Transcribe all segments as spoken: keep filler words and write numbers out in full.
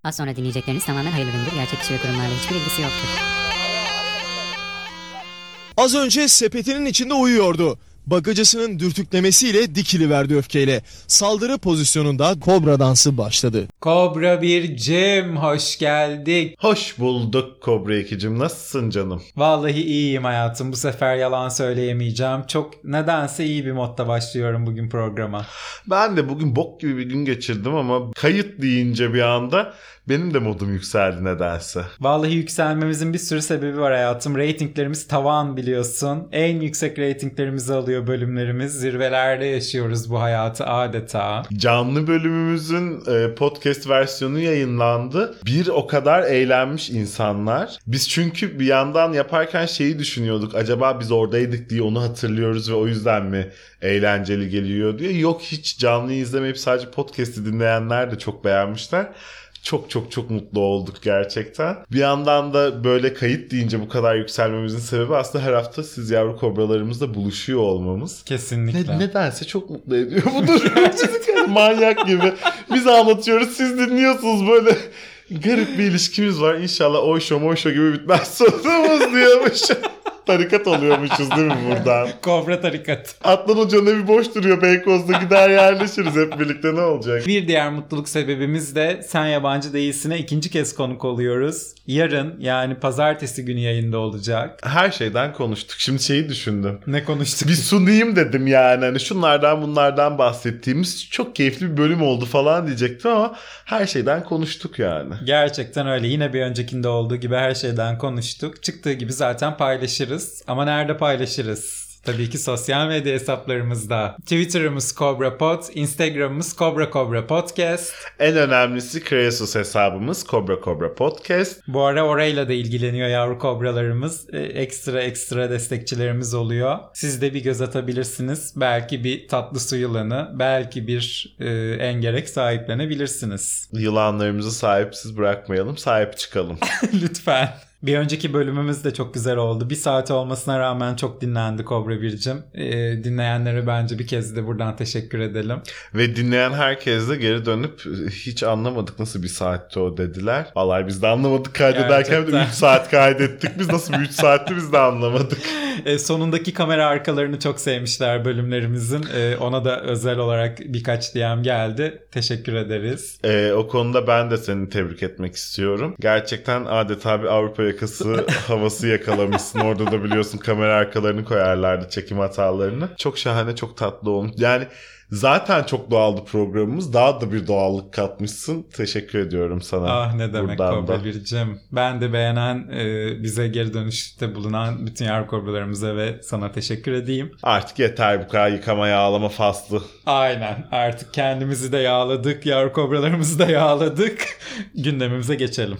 Az sonra dinleyecekleriniz tamamen hayırlıdır. Gerçek kişi ve kurumlarla hiçbir ilgisi yoktur. Az önce sepetinin içinde uyuyordu. Bagacısının dürtüklemesiyle dikiliverdi öfkeyle. Saldırı pozisyonunda kobra dansı başladı. Kobra bircim, hoş geldik. Hoş bulduk Kobra ikicim. Nasılsın canım? Vallahi iyiyim hayatım. Bu sefer yalan söyleyemeyeceğim. Çok nedense iyi bir modda başlıyorum bugün programa. Ben de bugün bok gibi bir gün geçirdim ama kayıt deyince bir anda benim de modum yükseldi nedense. Vallahi yükselmemizin bir sürü sebebi var hayatım. Ratinglerimiz tavan biliyorsun. En yüksek ratinglerimizi alıyor bölümlerimiz. Zirvelerde yaşıyoruz bu hayatı adeta. Canlı bölümümüzün podcast versiyonu yayınlandı. Bir o kadar eğlenmiş insanlar. Biz çünkü bir yandan yaparken şeyi düşünüyorduk. Acaba biz oradaydık diye onu hatırlıyoruz ve o yüzden mi eğlenceli geliyor diye. Yok, hiç canlıyı izlemeyip sadece podcast'i dinleyenler de çok beğenmişler. Çok çok çok mutlu olduk gerçekten. Bir yandan da böyle kayıt deyince bu kadar yükselmemizin sebebi aslında her hafta siz yavru kobralarımızla buluşuyor olmamız. Kesinlikle. Ne, nedense çok mutlu ediyor bu durum. Manyak gibi. Biz anlatıyoruz, siz dinliyorsunuz, böyle garip bir ilişkimiz var. İnşallah oyşo moyşo gibi bitmez sonumuz diyormuş. Tarikat oluyormuşuz değil mi buradan? Kobra tarikat. Adnan Hoca'nın evi boş duruyor Beykoz'da, gider yerleşiriz hep birlikte, ne olacak? Bir diğer mutluluk sebebimiz de Sen Yabancı Değilsin'e ikinci kez konuk oluyoruz. Yarın, yani pazartesi günü yayında olacak. Her şeyden konuştuk. Şimdi şeyi düşündüm. Ne konuştuk? Bir sunayım dedim yani. Hani şunlardan bunlardan bahsettiğimiz çok keyifli bir bölüm oldu falan diyecektim ama her şeyden konuştuk yani. Gerçekten öyle. Yine bir öncekinde olduğu gibi her şeyden konuştuk. Çıktığı gibi zaten paylaşırız. Ama nerede paylaşırız? Tabii ki sosyal medya hesaplarımızda. Twitter'ımız CobraPod, Instagram'ımız Cobra Cobra Podcast. En önemlisi Kreasus hesabımız Cobra Cobra Podcast. Bu ara orayla da ilgileniyor yavru kobralarımız. Ee, ekstra ekstra destekçilerimiz oluyor. Siz de bir göz atabilirsiniz. Belki bir tatlı su yılanı, belki bir e, engerek sahiplenebilirsiniz. Yılanlarımızı sahipsiz bırakmayalım, sahip çıkalım. Lütfen. Bir önceki bölümümüz de çok güzel oldu. Bir saat olmasına rağmen çok dinlendi Kobra bircim. Ee, dinleyenlere bence bir kez de buradan teşekkür edelim. Ve dinleyen herkes de geri dönüp hiç anlamadık nasıl bir saatti o dediler. Vallahi biz de anlamadık, kaydederken de üç saat kaydettik. Biz nasıl bir üç saatti biz de anlamadık. E, sonundaki kamera arkalarını çok sevmişler bölümlerimizin. E, ona da özel olarak birkaç D M geldi. Teşekkür ederiz. E, o konuda ben de seni tebrik etmek istiyorum. Gerçekten adeta bir Avrupa yakası havası yakalamışsın. Orada da biliyorsun kamera arkalarını koyarlardı, çekim hatalarını. Çok şahane, çok tatlı olmuş. Yani zaten çok doğaldı programımız. Daha da bir doğallık katmışsın. Teşekkür ediyorum sana. Ah ne demek Kobra bircim. Ben de beğenen, e, bize geri dönüşte bulunan bütün yavru kobralarımıza ve sana teşekkür edeyim. Artık yeter bu kadar yıkama yağlama faslı. Aynen. Artık kendimizi de yağladık. Yavru kobralarımızı da yağladık. Gündemimize geçelim.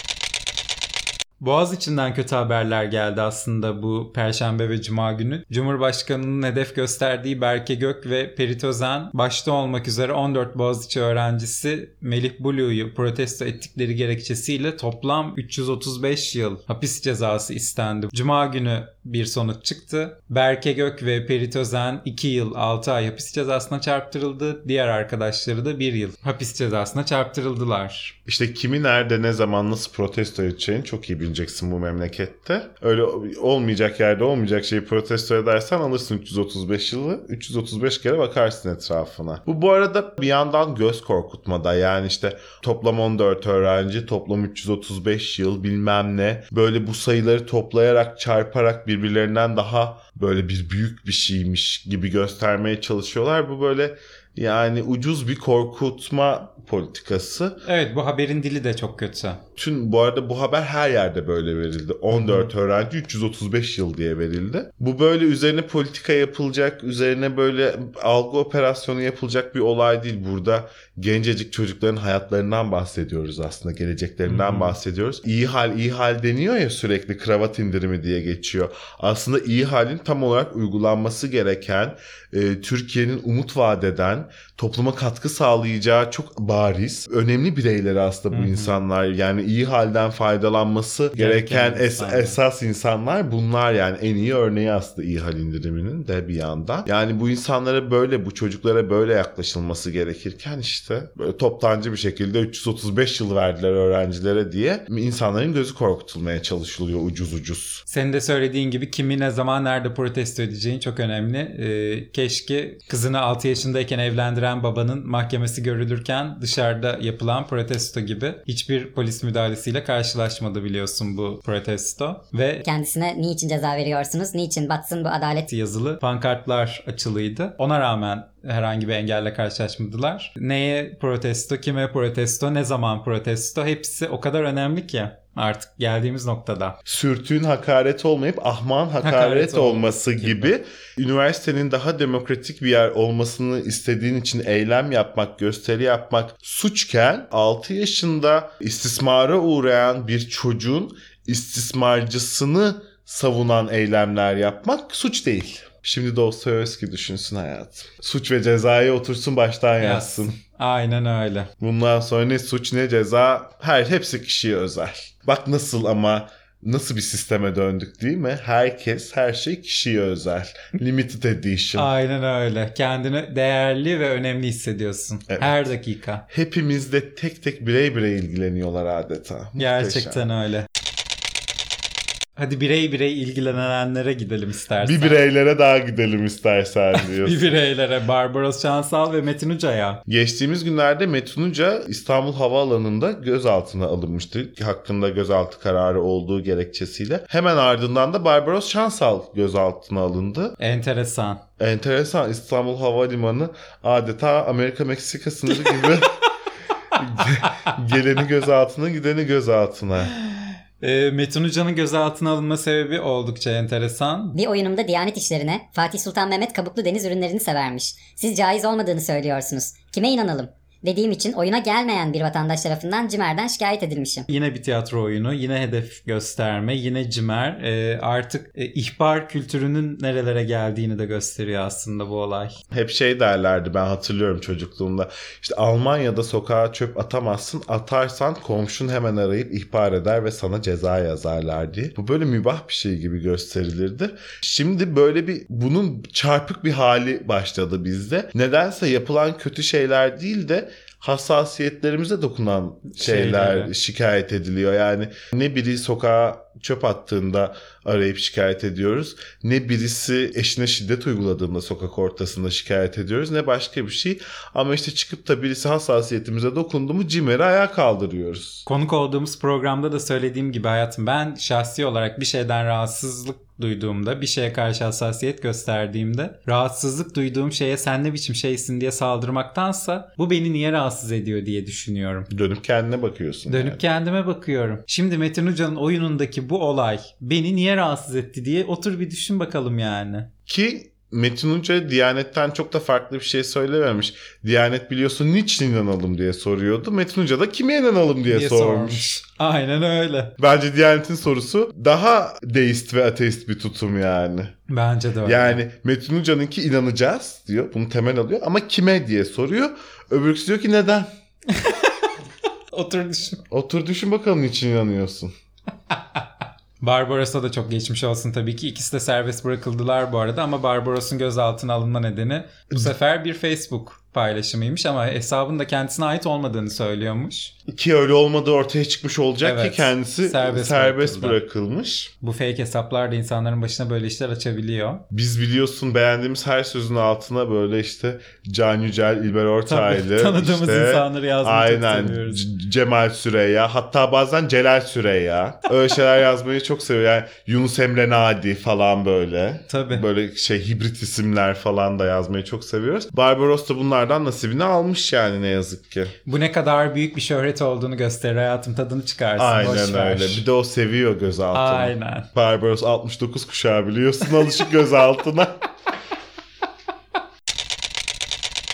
Boğaziçi'nden kötü haberler geldi aslında bu Perşembe ve Cuma günü. Cumhurbaşkanı'nın hedef gösterdiği Berke Gök ve Perit Özen başta olmak üzere on dört Boğaziçi öğrencisi Melih Bulu'yu protesto ettikleri gerekçesiyle toplam üç yüz otuz beş yıl hapis cezası istendi. Cuma günü bir sonuç çıktı. Berke Gök ve Perit Özen iki yıl altı ay hapis cezasına çarptırıldı. Diğer arkadaşları da bir yıl hapis cezasına çarptırıldılar. İşte kimi nerede ne zaman nasıl protesto edeceğini çok iyi bileceksin bu memlekette. Öyle olmayacak yerde olmayacak şeyi protesto edersen alırsın üç yüz otuz beş yılı. üç yüz otuz beş kere bakarsın etrafına. Bu bu arada bir yandan göz korkutmada, yani işte toplam on dört öğrenci, toplam üç yüz otuz beş yıl bilmem ne. Böyle bu sayıları toplayarak, çarparak birbirlerinden daha böyle bir büyük bir şeymiş gibi göstermeye çalışıyorlar. Bu böyle yani ucuz bir korkutma politikası. Evet, bu haberin dili de çok kötü. Tüm bu arada bu haber her yerde böyle verildi. on dört Hı-hı. öğrenci üç yüz otuz beş yıl diye verildi. Bu böyle üzerine politika yapılacak, üzerine böyle algı operasyonu yapılacak bir olay değil. Burada gencecik çocukların hayatlarından bahsediyoruz aslında. Geleceklerinden Hı-hı. bahsediyoruz. İyi hal iyi hal deniyor ya, sürekli kravat indirimi diye geçiyor. Aslında iyi halin tam olarak uygulanması gereken, e, Türkiye'nin umut vaat eden, gerçekten topluma katkı sağlayacağı çok bariz, önemli bireyleri aslında bu Hı hı. insanlar. Yani iyi halden faydalanması gereken, Gereken es- insanlar. esas insanlar bunlar, yani en iyi örneği aslında iyi hal indiriminin de bir yandan. Yani bu insanlara böyle, bu çocuklara böyle yaklaşılması gerekirken işte böyle toptancı bir şekilde üç yüz otuz beş yıl verdiler öğrencilere diye insanların gözü korkutulmaya çalışılıyor ucuz ucuz. Senin de söylediğin gibi kimi ne zaman nerede protesto edeceğin çok önemli. Ee, keşke kızını altı yaşındayken evlendiren babanın mahkemesi görülürken dışarıda yapılan protesto gibi hiçbir polis müdahalesiyle karşılaşmadı biliyorsun bu protesto. Ve Kendisine niçin ceza veriyorsunuz? Niçin batsın bu adalet? yazılı pankartlar açılıydı. Ona rağmen herhangi bir engelle karşılaşmadılar. Neye protesto, kime protesto, ne zaman protesto, hepsi o kadar önemli ki artık geldiğimiz noktada. Sürtüğün hakaret olmayıp ahman hakaret, Hakaret olması olması gibi. gibi. Üniversitenin daha demokratik bir yer olmasını istediğin için eylem yapmak, gösteri yapmak suçken altı yaşında istismara uğrayan bir çocuğun istismarcısını savunan eylemler yapmak suç değil. Şimdi Dostoyevski düşünsün hayatım. Suç ve cezayı otursun baştan yazsın. Aynen öyle. Bundan sonra ne suç ne ceza, her hepsi kişiye özel. Bak nasıl ama nasıl bir sisteme döndük değil mi? Herkes, her şey kişiye özel. Limited edition. Aynen öyle. Kendini değerli ve önemli hissediyorsun. Evet. Her dakika. Hepimizde tek tek birey birey ilgileniyorlar adeta. Muhteşem. Gerçekten öyle. Hadi birey birey ilgilenenlere gidelim istersen. Bir bireylere daha gidelim istersen diyorsun. Bir bireylere. Barbaros Şansal ve Metin Uca'ya. Geçtiğimiz günlerde Metin Uca İstanbul Havaalanı'nda gözaltına alınmıştı. Hakkında gözaltı kararı olduğu gerekçesiyle. Hemen ardından da Barbaros Şansal gözaltına alındı. Enteresan. Enteresan, İstanbul Havalimanı adeta Amerika-Meksika sınırı gibi geleni gözaltına, gideni gözaltına. E, Metin Uca'nın gözaltına alınma sebebi oldukça enteresan. Bir oyunumda Diyanet İşleri'ne Fatih Sultan Mehmet kabuklu deniz ürünlerini severmiş. Siz caiz olmadığını söylüyorsunuz. Kime inanalım? Dediğim için oyuna gelmeyen bir vatandaş tarafından CİMER'den şikayet edilmişim. Yine bir tiyatro oyunu, yine hedef gösterme, yine CİMER. E, artık e, ihbar kültürünün nerelere geldiğini de gösteriyor aslında bu olay. Hep şey derlerdi, ben hatırlıyorum çocukluğumda. İşte Almanya'da sokağa çöp atamazsın. Atarsan komşun hemen arayıp ihbar eder ve sana ceza yazarlar diye. Bu böyle mübah bir şey gibi gösterilirdi. Şimdi böyle bir bunun çarpık bir hali başladı bizde. Nedense yapılan kötü şeyler değil de hassasiyetlerimize dokunan şeyler Şeyleri. şikayet ediliyor. Yani ne biri sokağa çöp attığında arayıp şikayet ediyoruz, ne birisi eşine şiddet uyguladığında sokak ortasında şikayet ediyoruz, ne başka bir şey. Ama işte çıkıp da birisi hassasiyetimize dokundu mu CİMER'i ayağa kaldırıyoruz. Konuk olduğumuz programda da söylediğim gibi hayatım, ben şahsi olarak bir şeyden rahatsızlık duyduğumda, bir şeye karşı hassasiyet gösterdiğimde, rahatsızlık duyduğum şeye sen ne biçim şeysin diye saldırmaktansa bu beni niye rahatsız ediyor diye düşünüyorum. Dönüp kendine bakıyorsun. Dönüp yani. kendime bakıyorum. Şimdi Metin Uca'nın oyunundaki bu olay beni niye rahatsız etti diye otur bir düşün bakalım yani. Ki Metin Uca Diyanet'ten çok da farklı bir şey söylememiş. Diyanet biliyorsun niçin inanalım diye soruyordu. Metin Uca da kime inanalım diye, diye sormuş. sormuş. Aynen öyle. Bence Diyanet'in sorusu daha deist ve ateist bir tutum yani. Bence de öyle. Yani Metin Uca'nınki inanacağız diyor. Bunu temel alıyor ama kime diye soruyor. Öbürküsü diyor ki neden? Otur düşün. Otur düşün bakalım niçin inanıyorsun. Barbaros'a da çok geçmiş olsun tabii ki. İkisi de serbest bırakıldılar bu arada ama Barbaros'un gözaltına alınma nedeni bu sefer bir Facebook paylaşımıymış ama hesabın da kendisine ait olmadığını söylüyormuş. Ki öyle olmadığı ortaya çıkmış olacak Evet, ki kendisi serbest serbest, bırakıldı. bırakılmış. Bu fake hesaplar da insanların başına böyle işler açabiliyor. Biz biliyorsun beğendiğimiz her sözün altına böyle işte Can Yücel, İlber Ortaylı. Tabii, tanıdığımız işte, insanları yazmayı çok aynen, seviyoruz. C- Cemal Süreyya, hatta bazen Celal Süreyya. Öyle şeyler yazmayı çok seviyor. Yani Yunus Emre Nadi falan böyle. Tabii. Böyle şey hibrit isimler falan da yazmayı çok seviyoruz. Barbaros da bunlardan nasibini almış yani ne yazık ki. Bu ne kadar büyük bir şöhret olduğunu gösterir hayatım, tadını çıkarsın. Aynen boş ver. öyle. Bir de o seviyor gözaltını. Aynen. Barbaros altmış dokuz kuşağı biliyorsun, alışık gözaltına.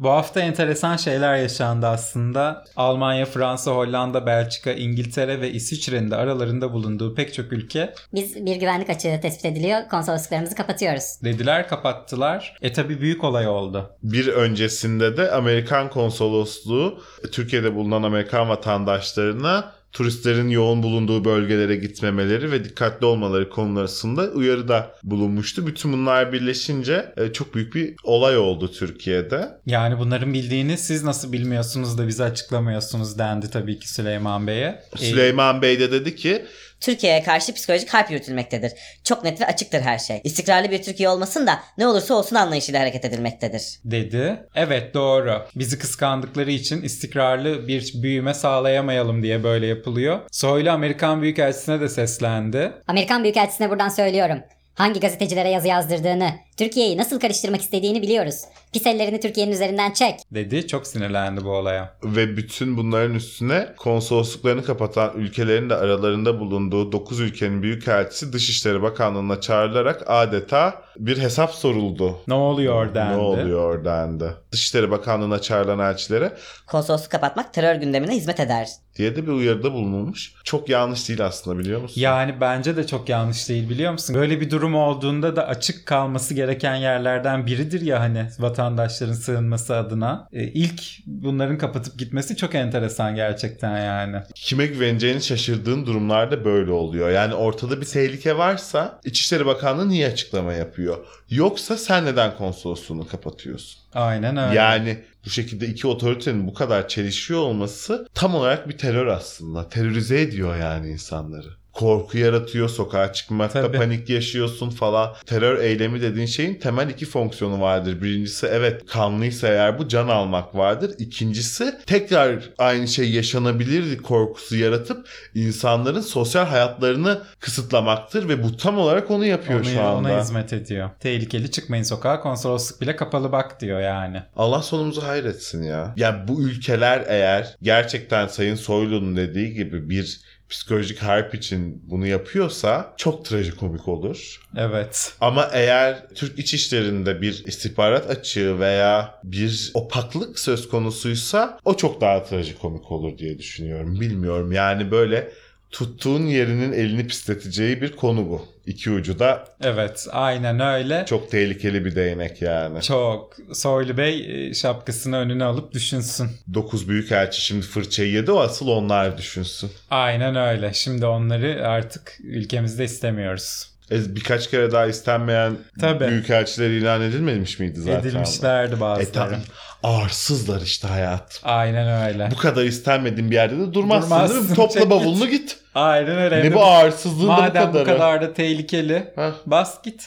Bu hafta enteresan şeyler yaşandı aslında. Almanya, Fransa, Hollanda, Belçika, İngiltere ve İsviçre'nin de aralarında bulunduğu pek çok ülke Biz bir güvenlik açığı tespit ediliyor, konsolosluklarımızı kapatıyoruz. dediler, kapattılar. E tabi büyük olay oldu. Bir öncesinde de Amerikan konsolosluğu Türkiye'de bulunan Amerikan vatandaşlarına turistlerin yoğun bulunduğu bölgelere gitmemeleri ve dikkatli olmaları konularında uyarıda bulunmuştu. Bütün bunlar birleşince çok büyük bir olay oldu Türkiye'de. Yani bunların bildiğini siz nasıl bilmiyorsunuz da bize açıklamıyorsunuz dendi tabii ki Süleyman Bey'e. Süleyman Bey de dedi ki Türkiye'ye karşı psikolojik harp yürütülmektedir. Çok net ve açıktır her şey. İstikrarlı bir Türkiye olmasın da ne olursa olsun anlayışıyla hareket edilmektedir. Dedi. Evet, doğru. Bizi kıskandıkları için istikrarlı bir büyüme sağlayamayalım diye böyle yapılıyor. Soylu Amerikan Büyükelçisi'ne de seslendi. Amerikan Büyükelçisi'ne buradan söylüyorum. Hangi gazetecilere yazı yazdırdığını, Türkiye'yi nasıl karıştırmak istediğini biliyoruz. Pis ellerini Türkiye'nin üzerinden çek. Dedi. Çok sinirlendi bu olaya. ve bütün bunların üstüne konsolosluklarını kapatan ülkelerin de aralarında bulunduğu dokuz ülkenin büyükelçisi Dışişleri Bakanlığı'na çağrılarak adeta bir hesap soruldu. Ne oluyor dendi. Ne oluyor dendi. Dışişleri Bakanlığı'na çağrılan elçilere Konsolosluk kapatmak terör gündemine hizmet eder diye de bir uyarıda bulunulmuş. Çok yanlış değil aslında, biliyor musun? Yani bence de çok yanlış değil, biliyor musun? Böyle bir durum olduğunda da açık kalması gereken yerlerden biridir ya hani vatandaşların sığınması adına. Ee, ilk bunların kapatıp gitmesi çok enteresan gerçekten yani. Kime güveneceğini şaşırdığın durumlarda böyle oluyor. Yani ortada bir tehlike varsa İçişleri Bakanlığı niye açıklama yapıyor? Yoksa sen neden konsolosluğunu kapatıyorsun? Aynen öyle. Yani bu şekilde iki otoritenin bu kadar çelişiyor olması tam olarak bir terör aslında. Terörize ediyor yani insanları. Korku yaratıyor, sokağa çıkmakta Tabii. panik yaşıyorsun falan. Terör eylemi dediğin şeyin temel iki fonksiyonu vardır. Birincisi, evet, kanlıysa eğer bu, can almak vardır. İkincisi, tekrar aynı şey yaşanabilir korkusu yaratıp insanların sosyal hayatlarını kısıtlamaktır ve bu tam olarak onu yapıyor Onu- şu anda. Ona hizmet ediyor. Tehlikeli, çıkmayın sokağa, konsolosluk bile kapalı bak diyor yani. Allah sonumuzu hayretsin ya. Yani bu ülkeler eğer gerçekten Sayın Soylu'nun dediği gibi bir psikolojik harp için bunu yapıyorsa çok trajikomik olur. Evet. Ama eğer Türk iç işlerinde bir istihbarat açığı veya bir opaklık söz konusuysa o çok daha trajikomik olur diye düşünüyorum. Bilmiyorum, yani böyle tuttuğun yerinin elini pisleteceği bir konu bu. İki ucu da Evet, aynen öyle. çok tehlikeli bir değnek yani. Çok. Soylu Bey e, şapkasını önüne alıp düşünsün. Dokuz büyükelçi şimdi fırçayı yedi, o asıl onlar düşünsün. Aynen öyle. Şimdi onları artık ülkemizde istemiyoruz. E, birkaç kere daha istenmeyen Tabii. büyükelçiler ilan edilmemiş miydi zaten? Edilmişlerdi E bazıları. tamam. Ağırsızlar işte hayat. Aynen öyle. Bu kadar istenmediğin bir yerde de durmazsın, Durmazsın, değil mi? Topla çek bavulunu git. Aynen öyle. Ne bu ağırsızlığın da bu Madem bu kadarı. kadar da tehlikeli, Heh. bas git.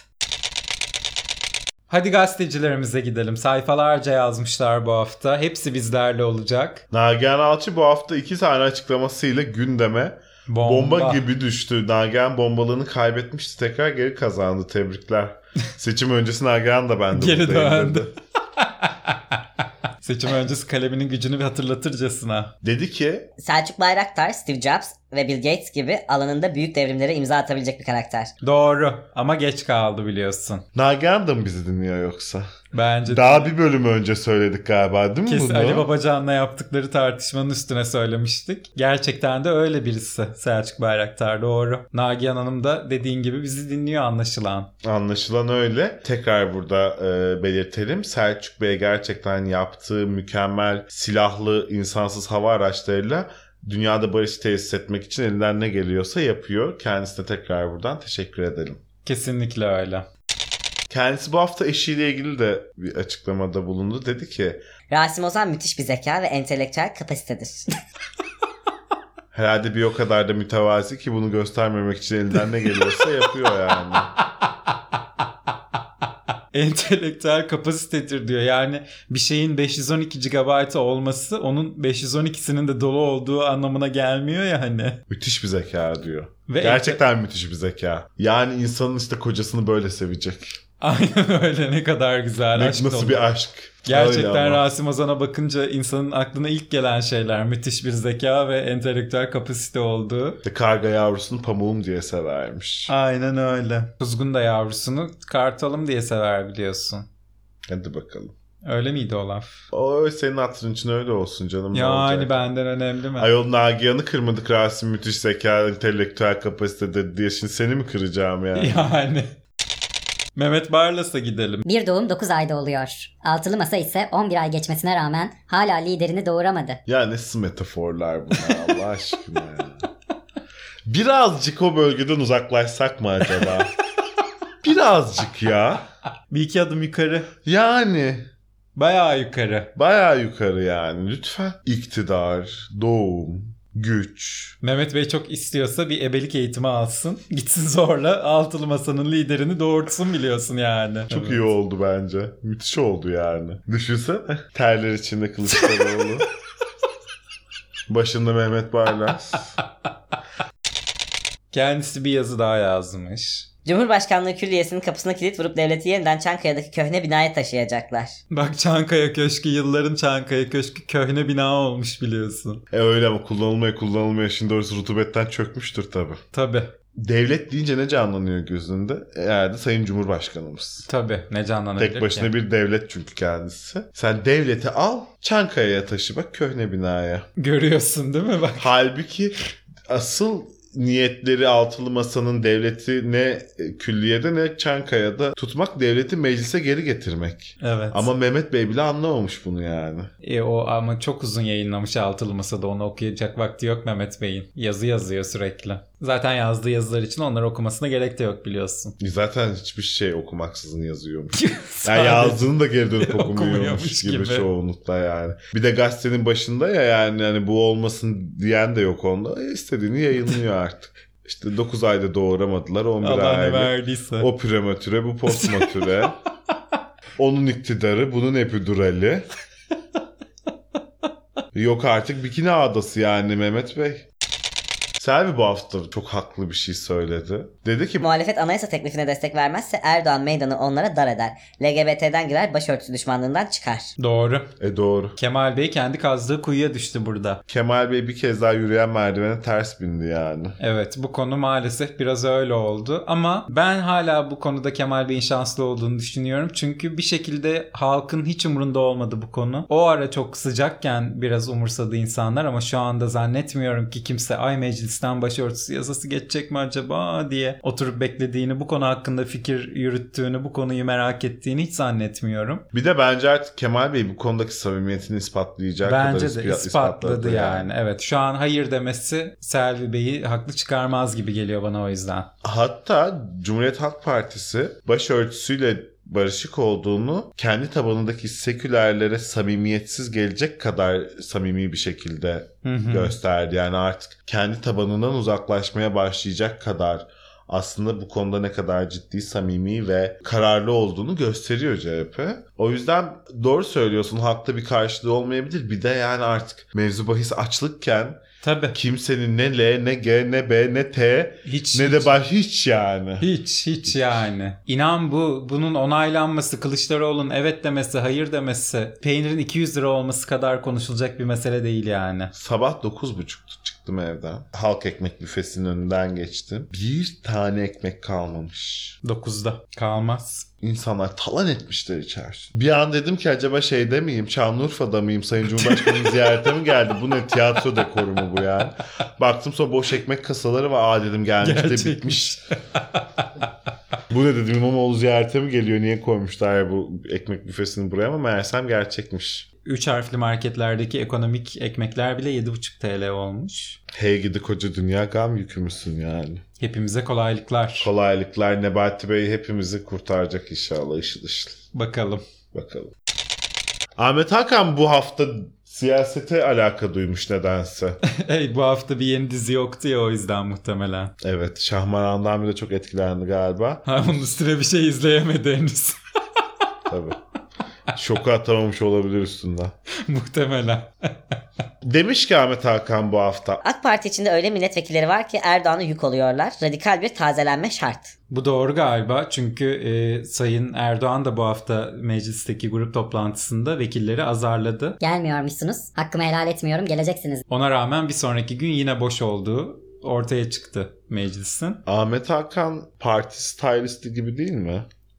Hadi gazetecilerimize gidelim. Sayfalarca yazmışlar bu hafta. Hepsi bizlerle olacak. Nagihan Alçı bu hafta iki tane açıklamasıyla gündeme Bomba. bomba gibi düştü. Nagihan bombalığını kaybetmişti. Tekrar geri kazandı. Tebrikler. Seçim öncesi Nagihan da bende Geri buradayım döndü. dedi. Seçim öncesi kaleminin gücünü bir hatırlatırcasına. Dedi ki Selçuk Bayraktar, Steve Jobs ve Bill Gates gibi alanında büyük devrimlere imza atabilecek bir karakter. Doğru ama geç kaldı biliyorsun. Nagihan da mı bizi dinliyor yoksa? Bence Daha bir bölüm önce söyledik galiba, değil mi Kesin bunu? Ali Babacan'la yaptıkları tartışmanın üstüne söylemiştik. Gerçekten de öyle birisi Selçuk Bayraktar, doğru. Nagihan Hanım da dediğin gibi bizi dinliyor anlaşılan. Anlaşılan öyle. Tekrar burada e, belirtelim. Selçuk Bey gerçekten yaptığı mükemmel silahlı insansız hava araçlarıyla dünyada barış tesis etmek için elinden ne geliyorsa yapıyor. Kendisine tekrar buradan teşekkür edelim. Kesinlikle öyle. Kendisi bu hafta eşiyle ilgili de bir açıklamada bulundu. Dedi ki Rasim Ozan müthiş bir zeka ve entelektüel kapasitedir. herhalde bir o kadar da mütevazi ki bunu göstermemek için elinden ne geliyorsa yapıyor yani. Entelektüel kapasitedir diyor. Yani bir şeyin beş yüz on iki gigabayt olması onun beş yüz on ikisinin de dolu olduğu anlamına gelmiyor ya hani. Müthiş bir zeka diyor. Ve Gerçekten müthiş bir zeka. Yani insanın işte kocasını böyle sevecek. Aynen öyle, ne kadar güzel. Ne, aşk nasıl dolu. bir aşk. Gerçekten Öyle ama. Rasim Ozan'a bakınca insanın aklına ilk gelen şeyler müthiş bir zeka ve entelektüel kapasite olduğu. İşte karga yavrusunu pamuğum diye severmiş. Aynen öyle. Kuzgun da yavrusunu kartalım diye sever biliyorsun. Hadi bakalım. Öyle miydi o laf? O senin hatırın için öyle olsun canım. ne Yani olacak? benden önemli mi? Ayol Nagihan'ı kırmadık, Rasim müthiş zeka, entelektüel kapasitede diye şimdi seni mi kıracağım yani? Yani. Mehmet Barlas'a gidelim. Bir doğum dokuz ayda oluyor. Altılı masa ise on bir ay geçmesine rağmen hala liderini doğuramadı. Ya nasıl metaforlar bunlar Allah aşkına ya. Birazcık o bölgeden uzaklaşsak mı acaba? Birazcık ya. Bir iki adım yukarı. Yani Bayağı yukarı. bayağı yukarı yani. Lütfen. İktidar, doğum, güç. Mehmet Bey çok istiyorsa bir ebelik eğitimi alsın. Gitsin zorla altılı masanın liderini doğurtsun biliyorsun yani. Çok Evet. iyi oldu bence. Müthiş oldu yani. Düşünsene. Terler içinde Kılıçdaroğlu. Başında Mehmet Barlas. Kendisi bir yazı daha yazmış. Cumhurbaşkanlığı Külliyesi'nin kapısına kilit vurup devleti yeniden Çankaya'daki köhne binaya taşıyacaklar. Bak Çankaya Köşkü yılların Çankaya Köşkü köhne bina olmuş biliyorsun. E öyle ama kullanılmaya kullanılmaya şimdi orası rutubetten çökmüştür tabii. Tabii. Devlet deyince ne canlanıyor gözünde? Herhalde Sayın Cumhurbaşkanımız. Tabii. Ne canlanabilir Tek başına ki? bir devlet çünkü kendisi. Sen devleti al, Çankaya'ya taşı bak, köhne binaya. Görüyorsun değil mi? Bak. Halbuki asıl niyetleri altılı masanın devleti ne külliyede ne Çankaya'da tutmak, devleti meclise geri getirmek. Evet. Ama Mehmet Bey bile anlamamış bunu yani. E, o ama çok uzun yayınlamış altılı masada, onu okuyacak vakti yok Mehmet Bey'in. Yazı yazıyor sürekli. Zaten yazdığı yazılar için onları okumasına gerek de yok biliyorsun. Zaten hiçbir şey okumaksızın yazıyormuş. Sadece- Yani yazdığını da geri dönüp okumuyormuş Okumuyormuş gibi, gibi. çoğunlukla yani. Bir de gazetenin başında ya yani hani bu olmasın diyen de yok onda. E, istediğini yayınlıyor artık. İşte dokuz ayda doğuramadılar, on bir Allah ne aylık. verdiyse. O prematüre, bu postmatüre. Onun iktidarı, bunun epidurali. Yok artık bikini adası yani Mehmet Bey. Selvi bu hafta çok haklı bir şey söyledi. Dedi ki Muhalefet anayasa teklifine destek vermezse Erdoğan meydanı onlara dar eder. L G B T'den girer, başörtüsü düşmanlığından çıkar. Doğru. e doğru. Kemal Bey kendi kazdığı kuyuya düştü burada. Kemal Bey bir kez daha yürüyen merdivene ters bindi yani. Evet, bu konu maalesef biraz öyle oldu. Ama ben hala bu konuda Kemal Bey'in şanslı olduğunu düşünüyorum. Çünkü bir şekilde halkın hiç umurunda olmadı bu konu. O ara çok sıcakken biraz umursadı insanlar ama şu anda zannetmiyorum ki kimse ay meclisten başörtüsü yasası geçecek mi acaba diye oturup beklediğini, bu konu hakkında fikir yürüttüğünü, bu konuyu merak ettiğini hiç zannetmiyorum. Bir de bence artık Kemal Bey bu konudaki samimiyetini ispatlayacak Bence kadar de ispat- ispatladı yani. Evet, şu an hayır demesi Selvi Bey'i haklı çıkarmaz gibi geliyor bana o yüzden. Hatta Cumhuriyet Halk Partisi başörtüsüyle barışık olduğunu kendi tabanındaki sekülerlere samimiyetsiz gelecek kadar samimi bir şekilde Hı hı. gösterdi. Yani artık kendi tabanından uzaklaşmaya başlayacak kadar aslında bu konuda ne kadar ciddi, samimi ve kararlı olduğunu gösteriyor C H P. O yüzden doğru söylüyorsun, hakta bir karşılığı olmayabilir. Bir de yani artık mevzu bahis açlıkken Tabii. kimsenin ne L, ne G, ne B, ne T, Hiç, ne hiç. de baş hiç yani. Hiç hiç yani. İnan bu bunun onaylanması, Kılıçdaroğlu'nun evet demesi, hayır demesi, peynirin iki yüz lira olması kadar konuşulacak bir mesele değil yani. Sabah dokuz buçuktu çıktım evden. Halk ekmek büfesinin önünden geçtim. Bir tane ekmek kalmamış. dokuzda kalmaz. İnsanlar talan etmişler içerisinde. Bir an dedim ki acaba şeyde miyim? Şanlıurfa'da mıyım? Sayın Cumhurbaşkanı ziyarete mi geldi? Bu ne, tiyatro dekoru mu bu yani? Baktım sonra boş ekmek kasaları var. Aa dedim gelmiş de Gerçekmiş. bitmiş. Bu ne dedim, İmamoğlu ziyarete mi geliyor? Niye koymuşlar ya bu ekmek büfesini buraya, ama meğersem gerçekmiş. Üç harfli marketlerdeki ekonomik ekmekler bile yedi buçuk T L olmuş. Hey gidi koca dünya, gam yükü müsün yani? Hepimize kolaylıklar. Kolaylıklar. Nebati Bey hepimizi kurtaracak inşallah, ışıl ışıl. Bakalım. Bakalım. Ahmet Hakan bu hafta siyasete alaka duymuş nedense. Hey, bu hafta bir yeni dizi yoktu ya, o yüzden muhtemelen. Evet, Şahmaran'dan bile çok etkilendi galiba. Ha, bunun üstüne bir şey izleyemedi henüz. Tabii. Şoku atamamış olabilir üstünden. Muhtemelen. Demiş ki Ahmet Hakan bu hafta. AK Parti içinde öyle milletvekilleri var ki Erdoğan'a yük oluyorlar. Radikal bir tazelenme şart. Bu doğru galiba, çünkü e, Sayın Erdoğan da bu hafta meclisteki grup toplantısında vekilleri azarladı. Gelmiyormuşsunuz. Hakkımı helal etmiyorum. Geleceksiniz. Ona rağmen bir sonraki gün yine boş olduğu ortaya çıktı meclisin. Ahmet Hakan parti stylisti gibi değil mi?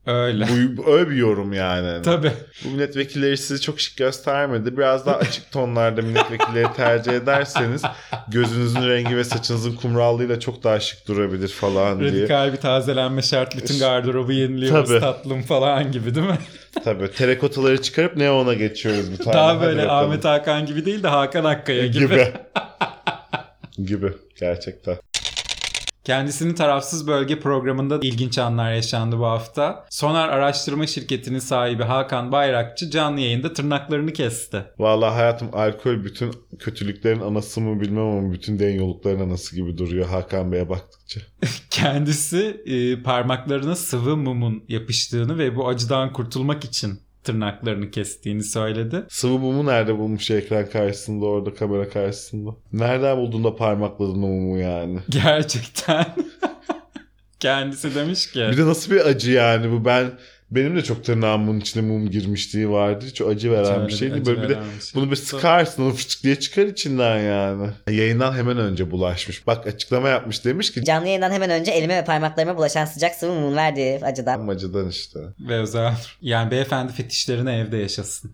Öyle. Bu öyle bir yorum yani. Tabii. Bu milletvekilleri sizi çok şık göstermedi. Biraz daha açık tonlarda milletvekilleri tercih ederseniz gözünüzün rengi ve saçınızın kumrallığıyla çok daha şık durabilir falan diye. Radikal bir tazelenme şart. Bütün gardırobu yeniliyoruz Tabii. tatlım falan gibi değil mi? Tabii. Terakotaları çıkarıp neona geçiyoruz bir tane. Daha Hadi böyle bakalım. Ahmet Hakan gibi değil de Hakan Akkaya gibi. Gibi. Gibi. Gerçekten. Kendisinin Tarafsız Bölge programında ilginç anlar yaşandı bu hafta. Sonar Araştırma Şirketi'nin sahibi Hakan Bayrakçı canlı yayında tırnaklarını kesti. Vallahi hayatım, alkol bütün kötülüklerin anası mı bilmem ama bütün denyolukların anası gibi duruyor Hakan Bey'e baktıkça. Kendisi e, parmaklarına sıvı mumun yapıştığını ve bu acıdan kurtulmak için tırnaklarını kestiğini söyledi. Sıvı mumu nerede bulmuş ekran karşısında, orada kamera karşısında? Nereden buldun da parmakladın o mumu yani? Gerçekten. Kendisi demiş ki. Bir de nasıl bir acı yani bu, ben benim de çok tırnağımın içine mum girmişliği vardı. Hiç acı veren bir şey değil. Böyle bir de bunu bir sıkarsın, onu fıçık diye çıkar içinden yani. Yayından hemen önce bulaşmış. Bak açıklama yapmış, demiş ki Canlı yayından hemen önce elime ve parmaklarıma bulaşan sıcak sıvı mumun verdiği acıdan. acıdan işte. Ve özel. Yani beyefendi fetişlerini evde yaşasın.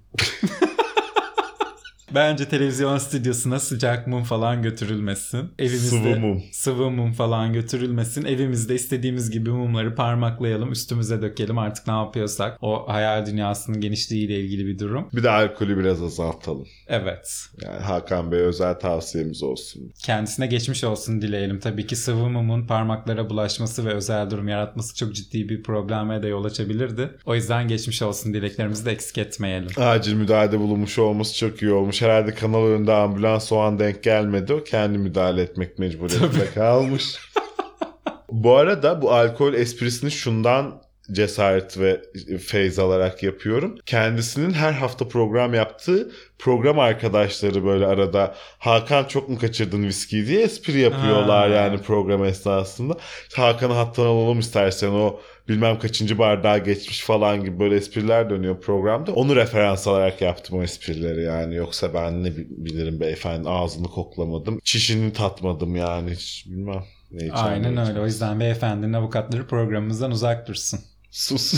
Bence televizyon stüdyosuna sıcak mum falan götürülmesin. Evimizde Sıvı mum. Sıvı mum falan götürülmesin. Evimizde istediğimiz gibi mumları parmaklayalım, üstümüze dökelim, artık ne yapıyorsak. O hayal dünyasının genişliğiyle ilgili bir durum. Bir de alkolü biraz azaltalım. Evet. Yani Hakan Bey özel tavsiyemiz olsun. Kendisine geçmiş olsun dileyelim. Tabii ki sıvı mumun parmaklara bulaşması ve özel durum yaratması çok ciddi bir probleme de yol açabilirdi. O yüzden geçmiş olsun dileklerimizi de eksik etmeyelim. Acil müdahalede bulunmuş olması çok iyi olmuş. Herhalde kanal önünde ambulans o an denk gelmedi. O kendi müdahale etmek mecburiyetinde kalmış. Bu arada bu alkol esprisini şundan cesaret ve feyz alarak yapıyorum. Kendisinin her hafta program yaptığı program arkadaşları böyle arada Hakan çok mu kaçırdın viskiyi diye espri yapıyorlar Ha. yani program esnasında. Hakan'ı hattan alalım istersen, o bilmem kaçıncı bardağı geçmiş falan gibi böyle espriler dönüyor programda. Onu referans alarak yaptım o esprileri yani. Yoksa ben ne bilirim beyefendi, ağzını koklamadım. Çişini tatmadım yani, hiç bilmem. Ne içer, Aynen ne öyle. içmez. O yüzden beyefendinin avukatları programımızdan uzak dursun. Sus.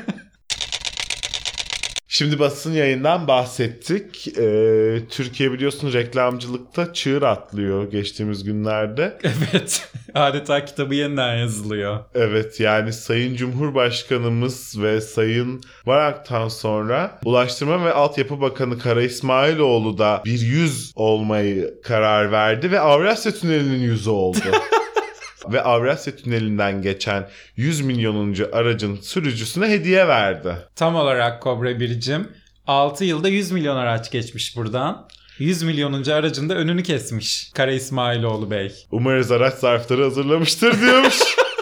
Şimdi basın yayından bahsettik. Ee, Türkiye biliyorsun reklamcılıkta çığır atlıyor geçtiğimiz günlerde. Evet. Adeta kitabı yeniden yazılıyor. Evet, yani Sayın Cumhurbaşkanımız ve Sayın Varak'tan sonra Ulaştırma ve Altyapı Bakanı Kara İsmailoğlu da bir yüz olmayı karar verdi ve Avrasya Tüneli'nin yüzü oldu. Ve Avrasya Tüneli'nden geçen yüz milyonuncu aracın sürücüsüne hediye verdi. Tam olarak Kobra Biricim altı yılda yüz milyon araç geçmiş buradan. yüz milyonuncu aracın da önünü kesmiş Kara İsmailoğlu Bey. Umarız araç zarfları hazırlamıştır diyormuş.